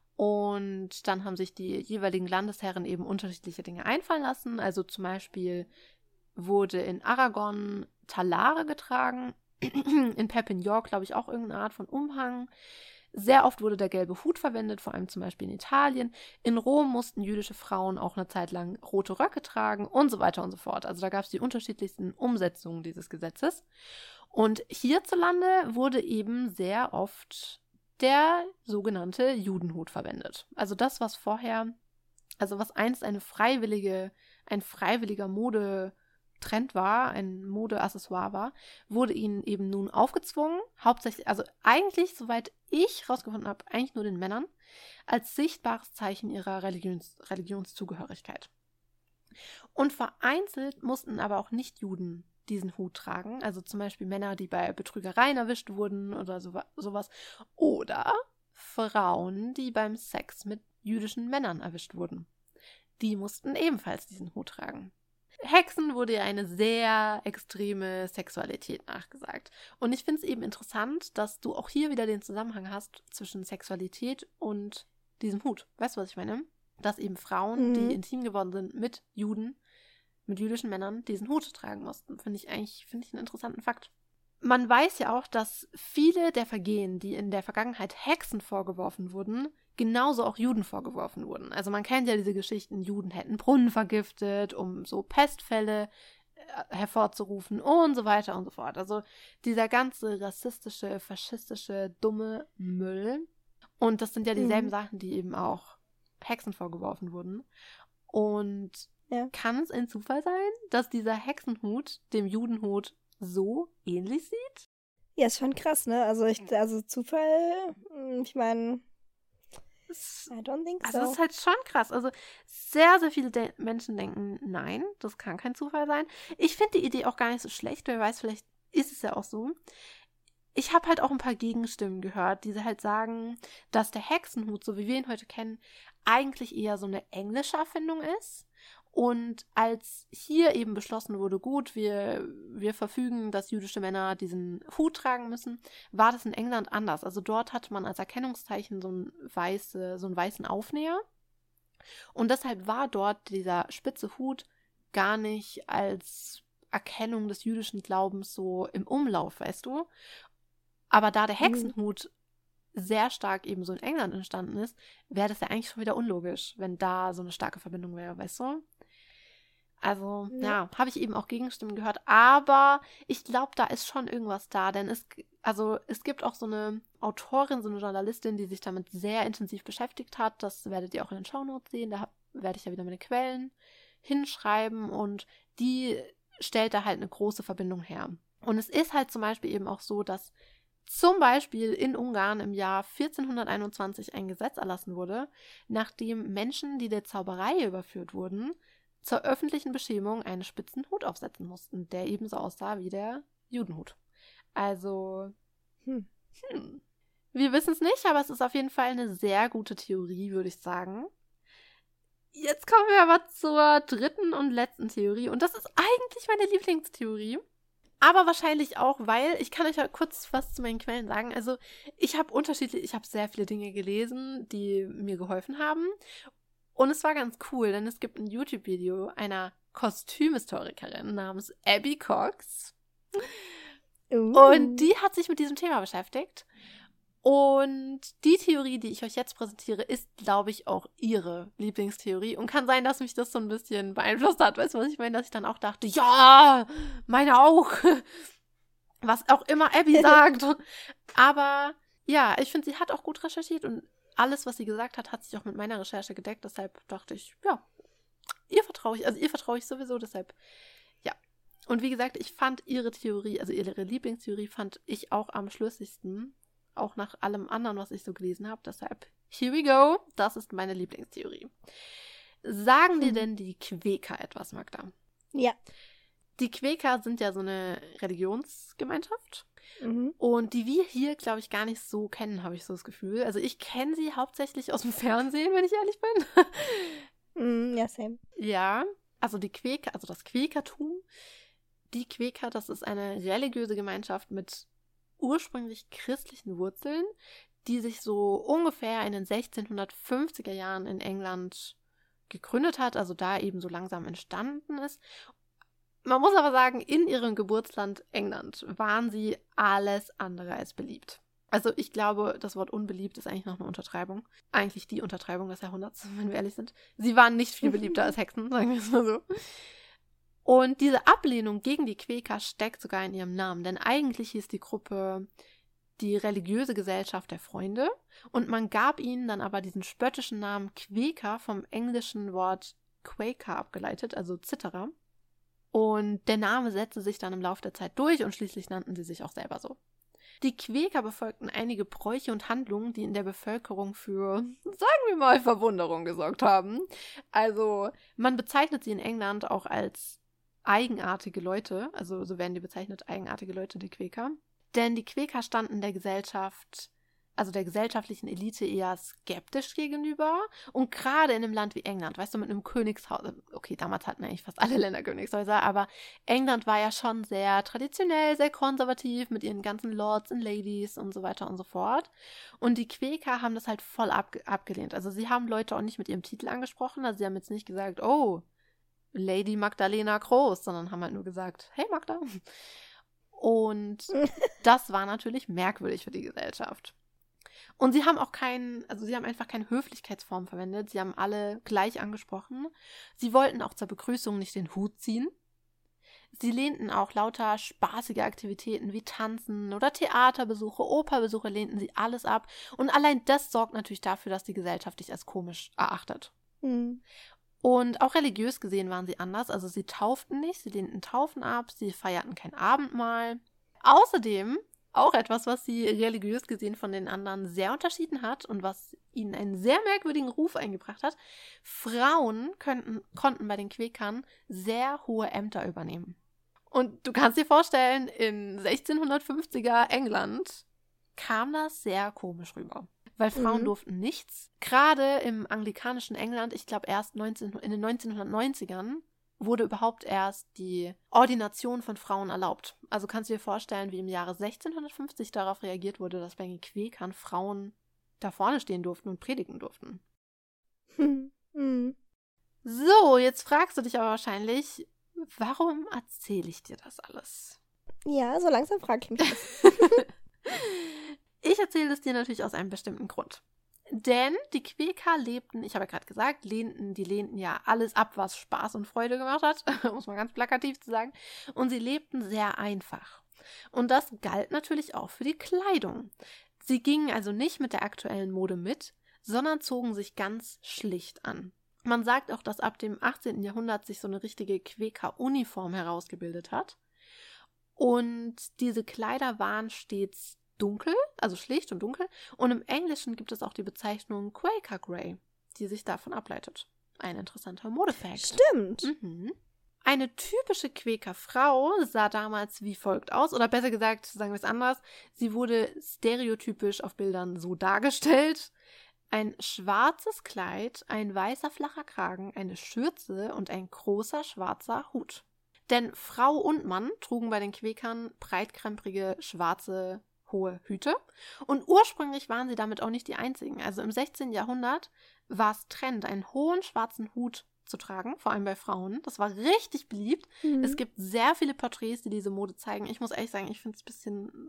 Und dann haben sich die jeweiligen Landesherren eben unterschiedliche Dinge einfallen lassen. Also zum Beispiel wurde in Aragon Talare getragen, in Perpignan, glaube ich, auch irgendeine Art von Umhang. Sehr oft wurde der gelbe Hut verwendet, vor allem zum Beispiel in Italien. In Rom mussten jüdische Frauen auch eine Zeit lang rote Röcke tragen und so weiter und so fort. Also da gab es die unterschiedlichsten Umsetzungen dieses Gesetzes. Und hierzulande wurde eben sehr oft der sogenannte Judenhut verwendet. Also das, was vorher, also was einst eine freiwillige, ein freiwilliger Modetrend war, ein Modeaccessoire war, wurde ihnen eben nun aufgezwungen, hauptsächlich, also eigentlich, soweit ich rausgefunden habe, eigentlich nur den Männern, als sichtbares Zeichen ihrer Religions, Religionszugehörigkeit. Und vereinzelt mussten aber auch Nicht-Juden diesen Hut tragen. Also zum Beispiel Männer, die bei Betrügereien erwischt wurden oder so, sowas. Oder Frauen, die beim Sex mit jüdischen Männern erwischt wurden. Die mussten ebenfalls diesen Hut tragen. Hexen wurde ja eine sehr extreme Sexualität nachgesagt. Und ich finde es eben interessant, dass du auch hier wieder den Zusammenhang hast zwischen Sexualität und diesem Hut. Weißt du, was ich meine? Dass eben Frauen, Mhm. die intim geworden sind mit Juden, mit jüdischen Männern, diesen Hut tragen mussten. Finde ich eigentlich, finde ich einen interessanten Fakt. Man weiß ja auch, dass viele der Vergehen, die in der Vergangenheit Hexen vorgeworfen wurden, genauso auch Juden vorgeworfen wurden. Also man kennt ja diese Geschichten, Juden hätten Brunnen vergiftet, um so Pestfälle äh, hervorzurufen und so weiter und so fort. Also dieser ganze rassistische, faschistische, dumme Müll. Und das sind ja dieselben Mhm. Sachen, die eben auch Hexen vorgeworfen wurden. Und Ja. kann es ein Zufall sein, dass dieser Hexenhut dem Judenhut so ähnlich sieht? Ja, ist schon krass, ne? Also, ich, also Zufall, ich meine, I don't think so. Also, es ist halt schon krass. Also, sehr, sehr viele De- Menschen denken, nein, das kann kein Zufall sein. Ich finde die Idee auch gar nicht so schlecht. Wer weiß, vielleicht ist es ja auch so. Ich habe halt auch ein paar Gegenstimmen gehört, die halt sagen, dass der Hexenhut, so wie wir ihn heute kennen, eigentlich eher so eine englische Erfindung ist. Und als hier eben beschlossen wurde, gut, wir, wir verfügen, dass jüdische Männer diesen Hut tragen müssen, war das in England anders. Also dort hatte man als Erkennungszeichen so einen, weiße, so einen weißen Aufnäher. Und deshalb war dort dieser spitze Hut gar nicht als Erkennung des jüdischen Glaubens so im Umlauf, weißt du? Aber da der Hexenhut sehr stark eben so in England entstanden ist, wäre das ja eigentlich schon wieder unlogisch, wenn da so eine starke Verbindung wäre, weißt du? Also, ja, ja habe ich eben auch Gegenstimmen gehört, aber ich glaube, da ist schon irgendwas da, denn es, also, es gibt auch so eine Autorin, so eine Journalistin, die sich damit sehr intensiv beschäftigt hat, das werdet ihr auch in den Shownotes sehen, da werde ich ja wieder meine Quellen hinschreiben und die stellt da halt eine große Verbindung her. Und es ist halt zum Beispiel eben auch so, dass zum Beispiel in Ungarn im Jahr vierzehnhunderteinundzwanzig ein Gesetz erlassen wurde, nachdem Menschen, die der Zauberei überführt wurden, zur öffentlichen Beschämung einen spitzen Hut aufsetzen mussten, der ebenso aussah wie der Judenhut. Also, hm. Hm. wir wissen es nicht, aber es ist auf jeden Fall eine sehr gute Theorie, würde ich sagen. Jetzt kommen wir aber zur dritten und letzten Theorie und das ist eigentlich meine Lieblingstheorie. Aber wahrscheinlich auch, weil, ich kann euch ja kurz was zu meinen Quellen sagen. Also ich habe unterschiedlich, ich habe sehr viele Dinge gelesen, die mir geholfen haben. Und es war ganz cool, denn es gibt ein YouTube-Video einer Kostümhistorikerin namens Abby Cox. Uh. Und die hat sich mit diesem Thema beschäftigt. Und die Theorie, die ich euch jetzt präsentiere, ist, glaube ich, auch ihre Lieblingstheorie. Und kann sein, dass mich das so ein bisschen beeinflusst hat. Weißt du, was ich meine? Dass ich dann auch dachte, ja, meine auch. Was auch immer Abby sagt. Aber ja, ich finde, sie hat auch gut recherchiert. Und alles, was sie gesagt hat, hat sich auch mit meiner Recherche gedeckt. Deshalb dachte ich, ja, ihr vertraue ich. Also ihr vertraue ich sowieso. Deshalb, ja. Und wie gesagt, ich fand ihre Theorie, also ihre Lieblingstheorie, fand ich auch am schlüssigsten. Auch nach allem anderen, was ich so gelesen habe. Deshalb, here we go. Das ist meine Lieblingstheorie. Sagen dir denn die Quäker etwas, Magda? Ja. Die Quäker sind ja so eine Religionsgemeinschaft. Mhm. Und die wir hier, glaube ich, gar nicht so kennen, habe ich so das Gefühl. Also ich kenne sie hauptsächlich aus dem Fernsehen, wenn ich ehrlich bin. Mm, ja, same. Ja, also die Quäker, also das Quäkertum. Die Quäker, das ist eine religiöse Gemeinschaft mit ursprünglich christlichen Wurzeln, die sich so ungefähr in den sechzehnhundertfünfziger Jahren in England gegründet hat, also da eben so langsam entstanden ist. Man muss aber sagen, in ihrem Geburtsland England waren sie alles andere als beliebt. Also ich glaube, das Wort unbeliebt ist eigentlich noch eine Untertreibung. Eigentlich die Untertreibung des Jahrhunderts, wenn wir ehrlich sind. Sie waren nicht viel beliebter als Hexen, sagen wir es mal so. Und diese Ablehnung gegen die Quäker steckt sogar in ihrem Namen, denn eigentlich hieß die Gruppe die religiöse Gesellschaft der Freunde und man gab ihnen dann aber diesen spöttischen Namen Quäker vom englischen Wort Quaker abgeleitet, also Zitterer. Und der Name setzte sich dann im Laufe der Zeit durch und schließlich nannten sie sich auch selber so. Die Quäker befolgten einige Bräuche und Handlungen, die in der Bevölkerung für, sagen wir mal, Verwunderung gesorgt haben. Also man bezeichnet sie in England auch als eigenartige Leute, also so werden die bezeichnet, eigenartige Leute, die Quäker. Denn die Quäker standen der Gesellschaft, also der gesellschaftlichen Elite eher skeptisch gegenüber. Und gerade in einem Land wie England, weißt du, mit einem Königshaus, okay, damals hatten eigentlich fast alle Länder Königshäuser, aber England war ja schon sehr traditionell, sehr konservativ mit ihren ganzen Lords und Ladies und so weiter und so fort. Und die Quäker haben das halt voll abge- abgelehnt. Also sie haben Leute auch nicht mit ihrem Titel angesprochen, also sie haben jetzt nicht gesagt, oh, Lady Magdalena Groß, sondern haben halt nur gesagt, hey Magda. Und das war natürlich merkwürdig für die Gesellschaft. Und sie haben auch keinen, also sie haben einfach keine Höflichkeitsform verwendet. Sie haben alle gleich angesprochen. Sie wollten auch zur Begrüßung nicht den Hut ziehen. Sie lehnten auch lauter spaßige Aktivitäten wie Tanzen oder Theaterbesuche, Operbesuche, lehnten sie alles ab. Und allein das sorgt natürlich dafür, dass die Gesellschaft dich als komisch erachtet. Mhm. Und auch religiös gesehen waren sie anders. Also sie tauften nicht, sie lehnten Taufen ab, sie feierten kein Abendmahl. Außerdem auch etwas, was sie religiös gesehen von den anderen sehr unterschieden hat und was ihnen einen sehr merkwürdigen Ruf eingebracht hat. Frauen könnten, konnten bei den Quäkern sehr hohe Ämter übernehmen. Und du kannst dir vorstellen, in sechzehnhundertfünfziger England kam das sehr komisch rüber. Weil Frauen mhm. durften nichts. Gerade im anglikanischen England, ich glaube erst neunzehn, in den neunzehnhundertneunzigern, wurde überhaupt erst die Ordination von Frauen erlaubt. Also kannst du dir vorstellen, wie im Jahre sechzehnhundertfünfzig darauf reagiert wurde, dass bei den Quäkern Frauen da vorne stehen durften und predigen durften. Mhm. So, jetzt fragst du dich aber wahrscheinlich, warum erzähle ich dir das alles? Ja, so langsam frage ich mich das. Ich erzähle es dir natürlich aus einem bestimmten Grund. Denn die Quäker lebten, ich habe ja gerade gesagt, lehnten, die lehnten ja alles ab, was Spaß und Freude gemacht hat, muss man ganz plakativ zu sagen. Und sie lebten sehr einfach. Und das galt natürlich auch für die Kleidung. Sie gingen also nicht mit der aktuellen Mode mit, sondern zogen sich ganz schlicht an. Man sagt auch, dass ab dem achtzehnten Jahrhundert sich so eine richtige Quäker-Uniform herausgebildet hat. Und diese Kleider waren stets dunkel, also schlicht und dunkel. Und im Englischen gibt es auch die Bezeichnung Quaker Grey, die sich davon ableitet. Ein interessanter Modefact. Stimmt. Mhm. Eine typische Quäkerfrau sah damals wie folgt aus, oder besser gesagt, sagen wir es anders, sie wurde stereotypisch auf Bildern so dargestellt. Ein schwarzes Kleid, ein weißer flacher Kragen, eine Schürze und ein großer schwarzer Hut. Denn Frau und Mann trugen bei den Quäkern breitkremprige, schwarze, hohe Hüte. Und ursprünglich waren sie damit auch nicht die einzigen. Also im sechzehnten Jahrhundert war es Trend, einen hohen schwarzen Hut zu tragen, vor allem bei Frauen. Das war richtig beliebt. Mhm. Es gibt sehr viele Porträts, die diese Mode zeigen. Ich muss ehrlich sagen, ich finde es ein bisschen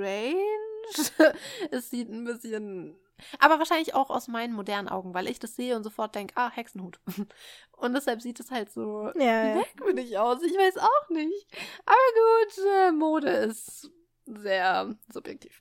strange. Es sieht ein bisschen... Aber wahrscheinlich auch aus meinen modernen Augen, weil ich das sehe und sofort denke, ah, Hexenhut. Und deshalb sieht es halt so ja, merkwürdig ja. aus. Ich weiß auch nicht. Aber gut, äh, Mode ist sehr subjektiv.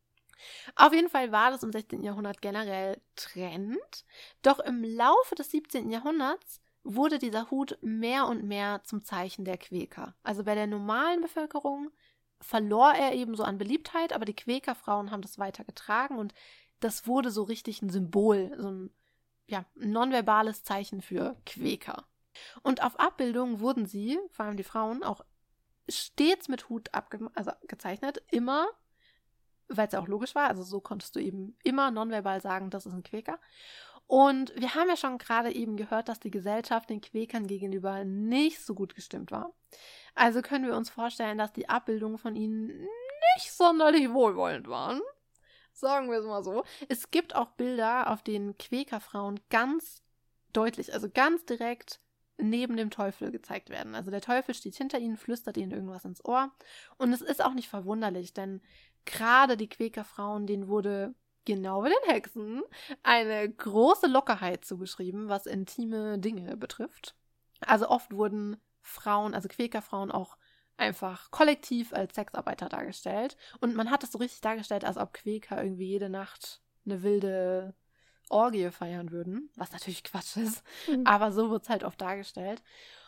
Auf jeden Fall war das im sechzehnten Jahrhundert generell Trend. Doch im Laufe des siebzehnten Jahrhunderts wurde dieser Hut mehr und mehr zum Zeichen der Quäker. Also bei der normalen Bevölkerung verlor er eben so an Beliebtheit, aber die Quäkerfrauen haben das weiter getragen und das wurde so richtig ein Symbol, so ein ja, nonverbales Zeichen für Quäker. Und auf Abbildungen wurden sie, vor allem die Frauen, auch stets mit Hut abge- also gezeichnet, immer, weil es ja auch logisch war, also so konntest du eben immer nonverbal sagen, das ist ein Quäker. Und wir haben ja schon gerade eben gehört, dass die Gesellschaft den Quäkern gegenüber nicht so gut gestimmt war. Also können wir uns vorstellen, dass die Abbildungen von ihnen nicht sonderlich wohlwollend waren. Sagen wir es mal so. Es gibt auch Bilder, auf denen Quäkerfrauen ganz deutlich, also ganz direkt neben dem Teufel gezeigt werden. Also der Teufel steht hinter ihnen, flüstert ihnen irgendwas ins Ohr. Und es ist auch nicht verwunderlich, denn gerade die Quäkerfrauen, denen wurde genau wie den Hexen eine große Lockerheit zugeschrieben, was intime Dinge betrifft. Also oft wurden Frauen, also Quäkerfrauen auch einfach kollektiv als Sexarbeiter dargestellt. Und man hat es so richtig dargestellt, als ob Quäker irgendwie jede Nacht eine wilde Orgie feiern würden, was natürlich Quatsch ist, mhm. aber so wird es halt oft dargestellt.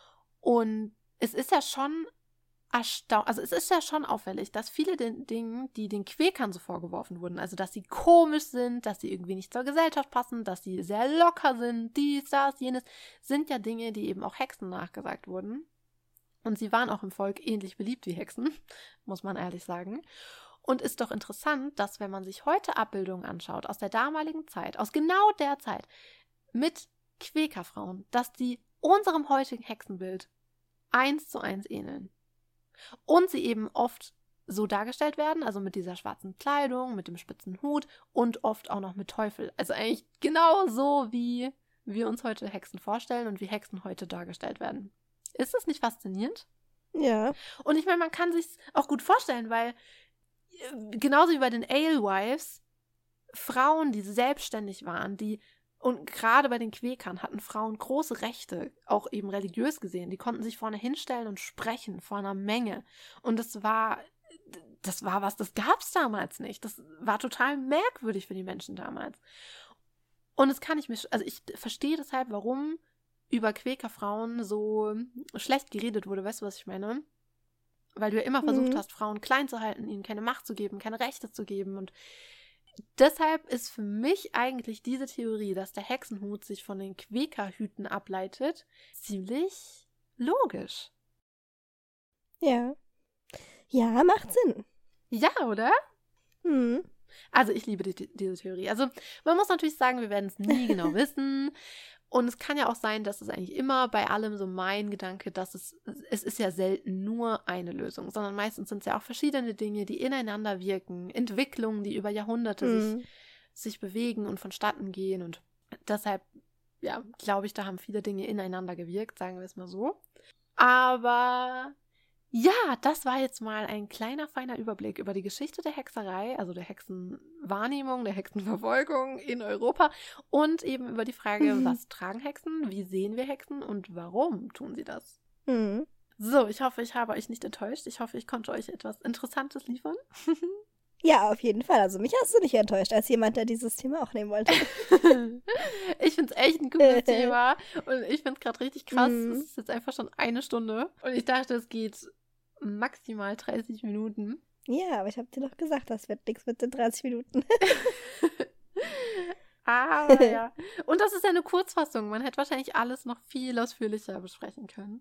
Und es ist ja schon erstaunlich, also es ist ja schon auffällig, dass viele den Dingen, die den Quäkern so vorgeworfen wurden, also dass sie komisch sind, dass sie irgendwie nicht zur Gesellschaft passen, dass sie sehr locker sind, dies, das, jenes, sind ja Dinge, die eben auch Hexen nachgesagt wurden. Und sie waren auch im Volk ähnlich beliebt wie Hexen, muss man ehrlich sagen. Und ist doch interessant, dass wenn man sich heute Abbildungen anschaut, aus der damaligen Zeit, aus genau der Zeit, mit Quäkerfrauen, dass die unserem heutigen Hexenbild eins zu eins ähneln. Und sie eben oft so dargestellt werden, also mit dieser schwarzen Kleidung, mit dem spitzen Hut und oft auch noch mit Teufel. Also eigentlich genau so, wie wir uns heute Hexen vorstellen und wie Hexen heute dargestellt werden. Ist das nicht faszinierend? Ja. Und ich meine, man kann sich auch gut vorstellen, weil genauso wie bei den Alewives, Frauen, die selbstständig waren, die und gerade bei den Quäkern hatten Frauen große Rechte, auch eben religiös gesehen. Die konnten sich vorne hinstellen und sprechen vor einer Menge. Und das war, das war was, das gab es damals nicht. Das war total merkwürdig für die Menschen damals. Und das kann ich mir, also ich verstehe deshalb, warum über Quäkerfrauen so schlecht geredet wurde. Weißt du, was ich meine? Weil du ja immer versucht Mhm. hast, Frauen klein zu halten, ihnen keine Macht zu geben, keine Rechte zu geben. Und deshalb ist für mich eigentlich diese Theorie, dass der Hexenhut sich von den Quäkerhüten ableitet, ziemlich logisch. Ja. Ja, macht Sinn. Ja, oder? Hm. Also ich liebe die, diese Theorie. Also man muss natürlich sagen, wir werden es nie genau wissen. Und es kann ja auch sein, dass es eigentlich immer bei allem so mein Gedanke, dass es, es ist ja selten nur eine Lösung, sondern meistens sind es ja auch verschiedene Dinge, die ineinander wirken, Entwicklungen, die über Jahrhunderte Hm. sich, sich bewegen und vonstatten gehen. Und deshalb, ja, glaube ich, da haben viele Dinge ineinander gewirkt, sagen wir es mal so. Aber ja, das war jetzt mal ein kleiner, feiner Überblick über die Geschichte der Hexerei, also der Hexenwahrnehmung, der Hexenverfolgung in Europa und eben über die Frage, Mhm. was tragen Hexen, wie sehen wir Hexen und warum tun sie das? Hm. So, ich hoffe, ich habe euch nicht enttäuscht. Ich hoffe, ich konnte euch etwas Interessantes liefern. Ja, auf jeden Fall. Also mich hast du nicht enttäuscht, als jemand, der dieses Thema auch nehmen wollte. Ich finde es echt ein cooles Thema und ich finde es gerade richtig krass. Mhm. Es ist jetzt einfach schon eine Stunde und ich dachte, es geht maximal dreißig Minuten. Ja, aber ich habe dir doch gesagt, das wird nichts mit den dreißig Minuten. Aber ja. Und das ist ja eine Kurzfassung. Man hätte wahrscheinlich alles noch viel ausführlicher besprechen können.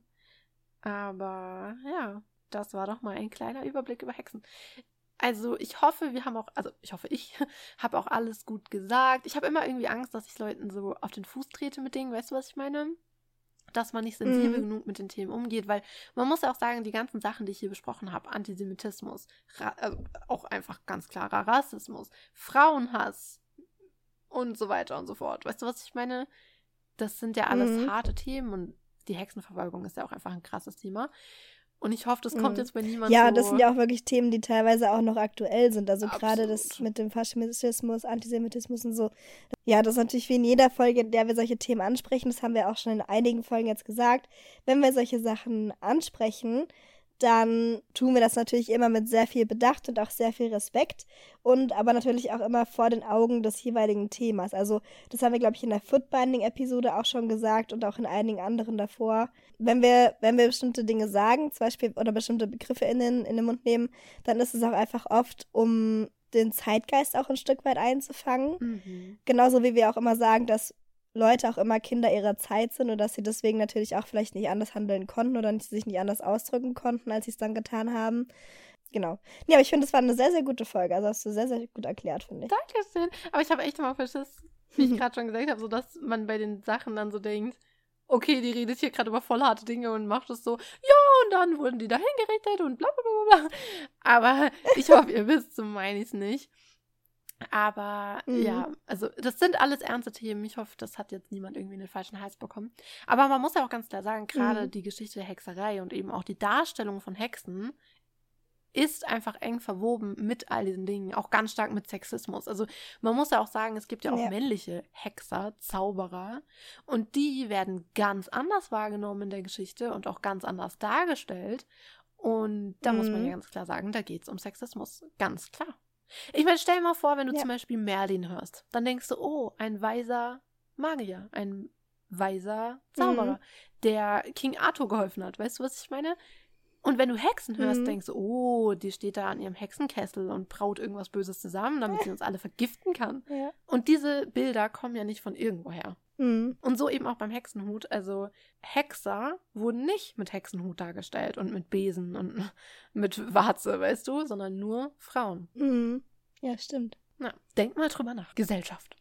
Aber ja, das war doch mal ein kleiner Überblick über Hexen. Also ich hoffe, wir haben auch, also ich hoffe, ich habe auch alles gut gesagt. Ich habe immer irgendwie Angst, dass ich Leuten so auf den Fuß trete mit Dingen. Weißt du, was ich meine? Dass man nicht sensibel Mhm. genug mit den Themen umgeht, weil man muss ja auch sagen, die ganzen Sachen, die ich hier besprochen habe, Antisemitismus, Ra- also auch einfach ganz klarer Rassismus, Frauenhass und so weiter und so fort. Weißt du, was ich meine? Das sind ja alles Mhm. harte Themen und die Hexenverfolgung ist ja auch einfach ein krasses Thema. Und ich hoffe, das kommt Mhm. jetzt bei niemandem Ja, so... das sind ja auch wirklich Themen, die teilweise auch noch aktuell sind. Also gerade das Absolut. mit dem Faschismus, Antisemitismus und so. Ja, das ist natürlich wie in jeder Folge, in der wir solche Themen ansprechen. Das haben wir auch schon in einigen Folgen jetzt gesagt. Wenn wir solche Sachen ansprechen, dann tun wir das natürlich immer mit sehr viel Bedacht und auch sehr viel Respekt und aber natürlich auch immer vor den Augen des jeweiligen Themas. Also das haben wir, glaube ich, in der Footbinding-Episode auch schon gesagt und auch in einigen anderen davor. Wenn wir, wenn wir bestimmte Dinge sagen, zum Beispiel, oder bestimmte Begriffe in den, in den Mund nehmen, dann ist es auch einfach oft, um den Zeitgeist auch ein Stück weit einzufangen. Mhm. Genauso wie wir auch immer sagen, dass Leute auch immer Kinder ihrer Zeit sind und dass sie deswegen natürlich auch vielleicht nicht anders handeln konnten oder nicht, sich nicht anders ausdrücken konnten, als sie es dann getan haben. Genau. Ja, aber ich finde, das war eine sehr, sehr gute Folge. Also hast du sehr, sehr gut erklärt, finde ich. Dankeschön. Aber ich habe echt immer Verschiss, wie ich gerade schon gesagt habe, so dass man bei den Sachen dann so denkt, okay, die redet hier gerade über voll harte Dinge und macht es so, ja, und dann wurden die da hingerichtet und bla bla bla bla. Aber ich hoffe, ihr wisst, so meine ich es nicht. Aber Mhm. ja, also das sind alles ernste Themen. Ich hoffe, das hat jetzt niemand irgendwie in den falschen Hals bekommen. Aber man muss ja auch ganz klar sagen, gerade Mhm. die Geschichte der Hexerei und eben auch die Darstellung von Hexen ist einfach eng verwoben mit all diesen Dingen, auch ganz stark mit Sexismus. Also man muss ja auch sagen, es gibt ja auch Ja. männliche Hexer, Zauberer und die werden ganz anders wahrgenommen in der Geschichte und auch ganz anders dargestellt. Und da muss man Mhm. ja ganz klar sagen, da geht es um Sexismus, ganz klar. Ich meine, stell dir mal vor, wenn du Ja. zum Beispiel Merlin hörst, dann denkst du, oh, ein weiser Magier, ein weiser Zauberer, der King Arthur geholfen hat. Weißt du, was ich meine? Und wenn du Hexen hörst, Mhm. denkst du, oh, die steht da an ihrem Hexenkessel und braut irgendwas Böses zusammen, damit sie uns alle vergiften kann. Ja. Und diese Bilder kommen ja nicht von irgendwoher. Mhm. Und so eben auch beim Hexenhut. Also Hexer wurden nicht mit Hexenhut dargestellt und mit Besen und mit Warze, weißt du, sondern nur Frauen. Mhm. Ja, stimmt. Na, denk mal drüber nach. Gesellschaft.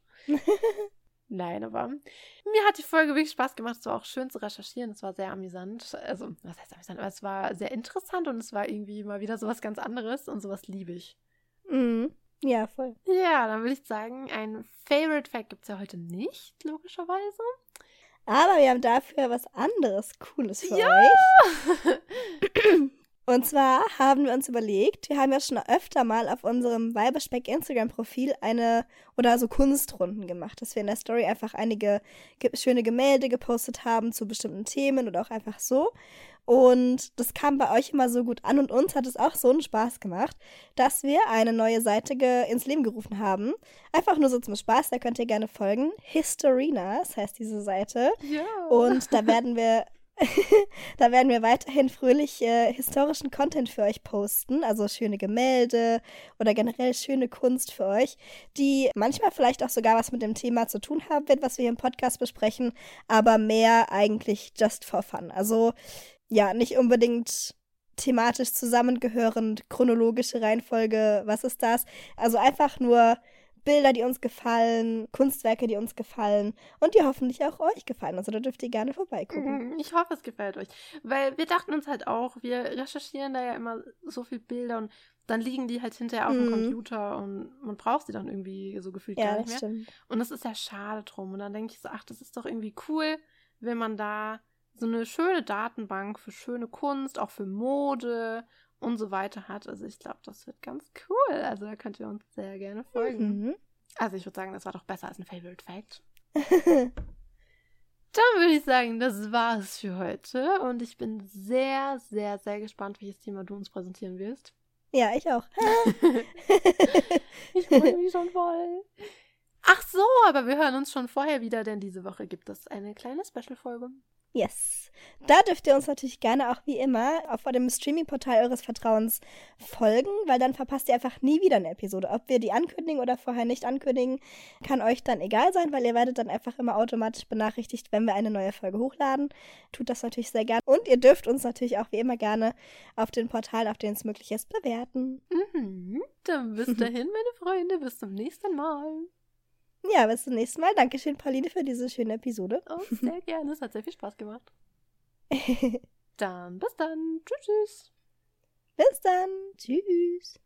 Nein, aber mir hat die Folge wirklich Spaß gemacht. Es war auch schön zu recherchieren. Es war sehr amüsant. Also, was heißt amüsant? Aber es war sehr interessant und es war irgendwie mal wieder sowas ganz anderes und sowas liebe ich. Mhm. Ja, voll. Ja, dann würde ich sagen, ein Favorite Fact gibt es ja heute nicht, logischerweise. Aber wir haben dafür was anderes Cooles für ja! euch. Und zwar haben wir uns überlegt, wir haben ja schon öfter mal auf unserem Weiberspeck Instagram-Profil eine oder so Kunstrunden gemacht, dass wir in der Story einfach einige ge- schöne Gemälde gepostet haben zu bestimmten Themen oder auch einfach so. Und das kam bei euch immer so gut an und uns hat es auch so einen Spaß gemacht, dass wir eine neue Seite ge- ins Leben gerufen haben. Einfach nur so zum Spaß, da könnt ihr gerne folgen. Historinas heißt diese Seite. Ja. Und da werden wir da werden wir weiterhin fröhlich äh, historischen Content für euch posten, also schöne Gemälde oder generell schöne Kunst für euch, die manchmal vielleicht auch sogar was mit dem Thema zu tun haben wird, was wir hier im Podcast besprechen, aber mehr eigentlich just for fun. Also ja, nicht unbedingt thematisch zusammengehörend, chronologische Reihenfolge, was ist das? Also einfach nur Bilder, die uns gefallen, Kunstwerke, die uns gefallen und die hoffentlich auch euch gefallen. Also da dürft ihr gerne vorbeigucken. Ich hoffe, es gefällt euch. Weil wir dachten uns halt auch, wir recherchieren da ja immer so viele Bilder und dann liegen die halt hinterher auf dem Mhm. Computer und man braucht sie dann irgendwie so gefühlt Ja, gar nicht das mehr. stimmt. Und das ist ja schade drum. Und dann denke ich so, ach, das ist doch irgendwie cool, wenn man da so eine schöne Datenbank für schöne Kunst, auch für Mode und so weiter hat. Also ich glaube, das wird ganz cool. Also da könnt ihr uns sehr gerne folgen. Mhm. Also ich würde sagen, das war doch besser als ein Favorite Fact. Dann würde ich sagen, das war's für heute. Und ich bin sehr, sehr, sehr gespannt, welches Thema du uns präsentieren wirst. Ja, ich auch. Ich freue mich schon voll. Ach so, aber wir hören uns schon vorher wieder, denn diese Woche gibt es eine kleine Special-Folge. Yes. Da dürft ihr uns natürlich gerne auch wie immer auf dem Streaming-Portal eures Vertrauens folgen, weil dann verpasst ihr einfach nie wieder eine Episode. Ob wir die ankündigen oder vorher nicht ankündigen, kann euch dann egal sein, weil ihr werdet dann einfach immer automatisch benachrichtigt, wenn wir eine neue Folge hochladen. Tut das natürlich sehr gerne. Und ihr dürft uns natürlich auch wie immer gerne auf den Portalen, auf denen es möglich ist, bewerten. Mhm. Dann bis dahin, meine Freunde. Bis zum nächsten Mal. Ja, bis zum nächsten Mal. Dankeschön, Pauline, für diese schöne Episode. Oh, sehr gerne. Es hat sehr viel Spaß gemacht. Dann bis dann. Tschüss, tschüss. Bis dann. Tschüss.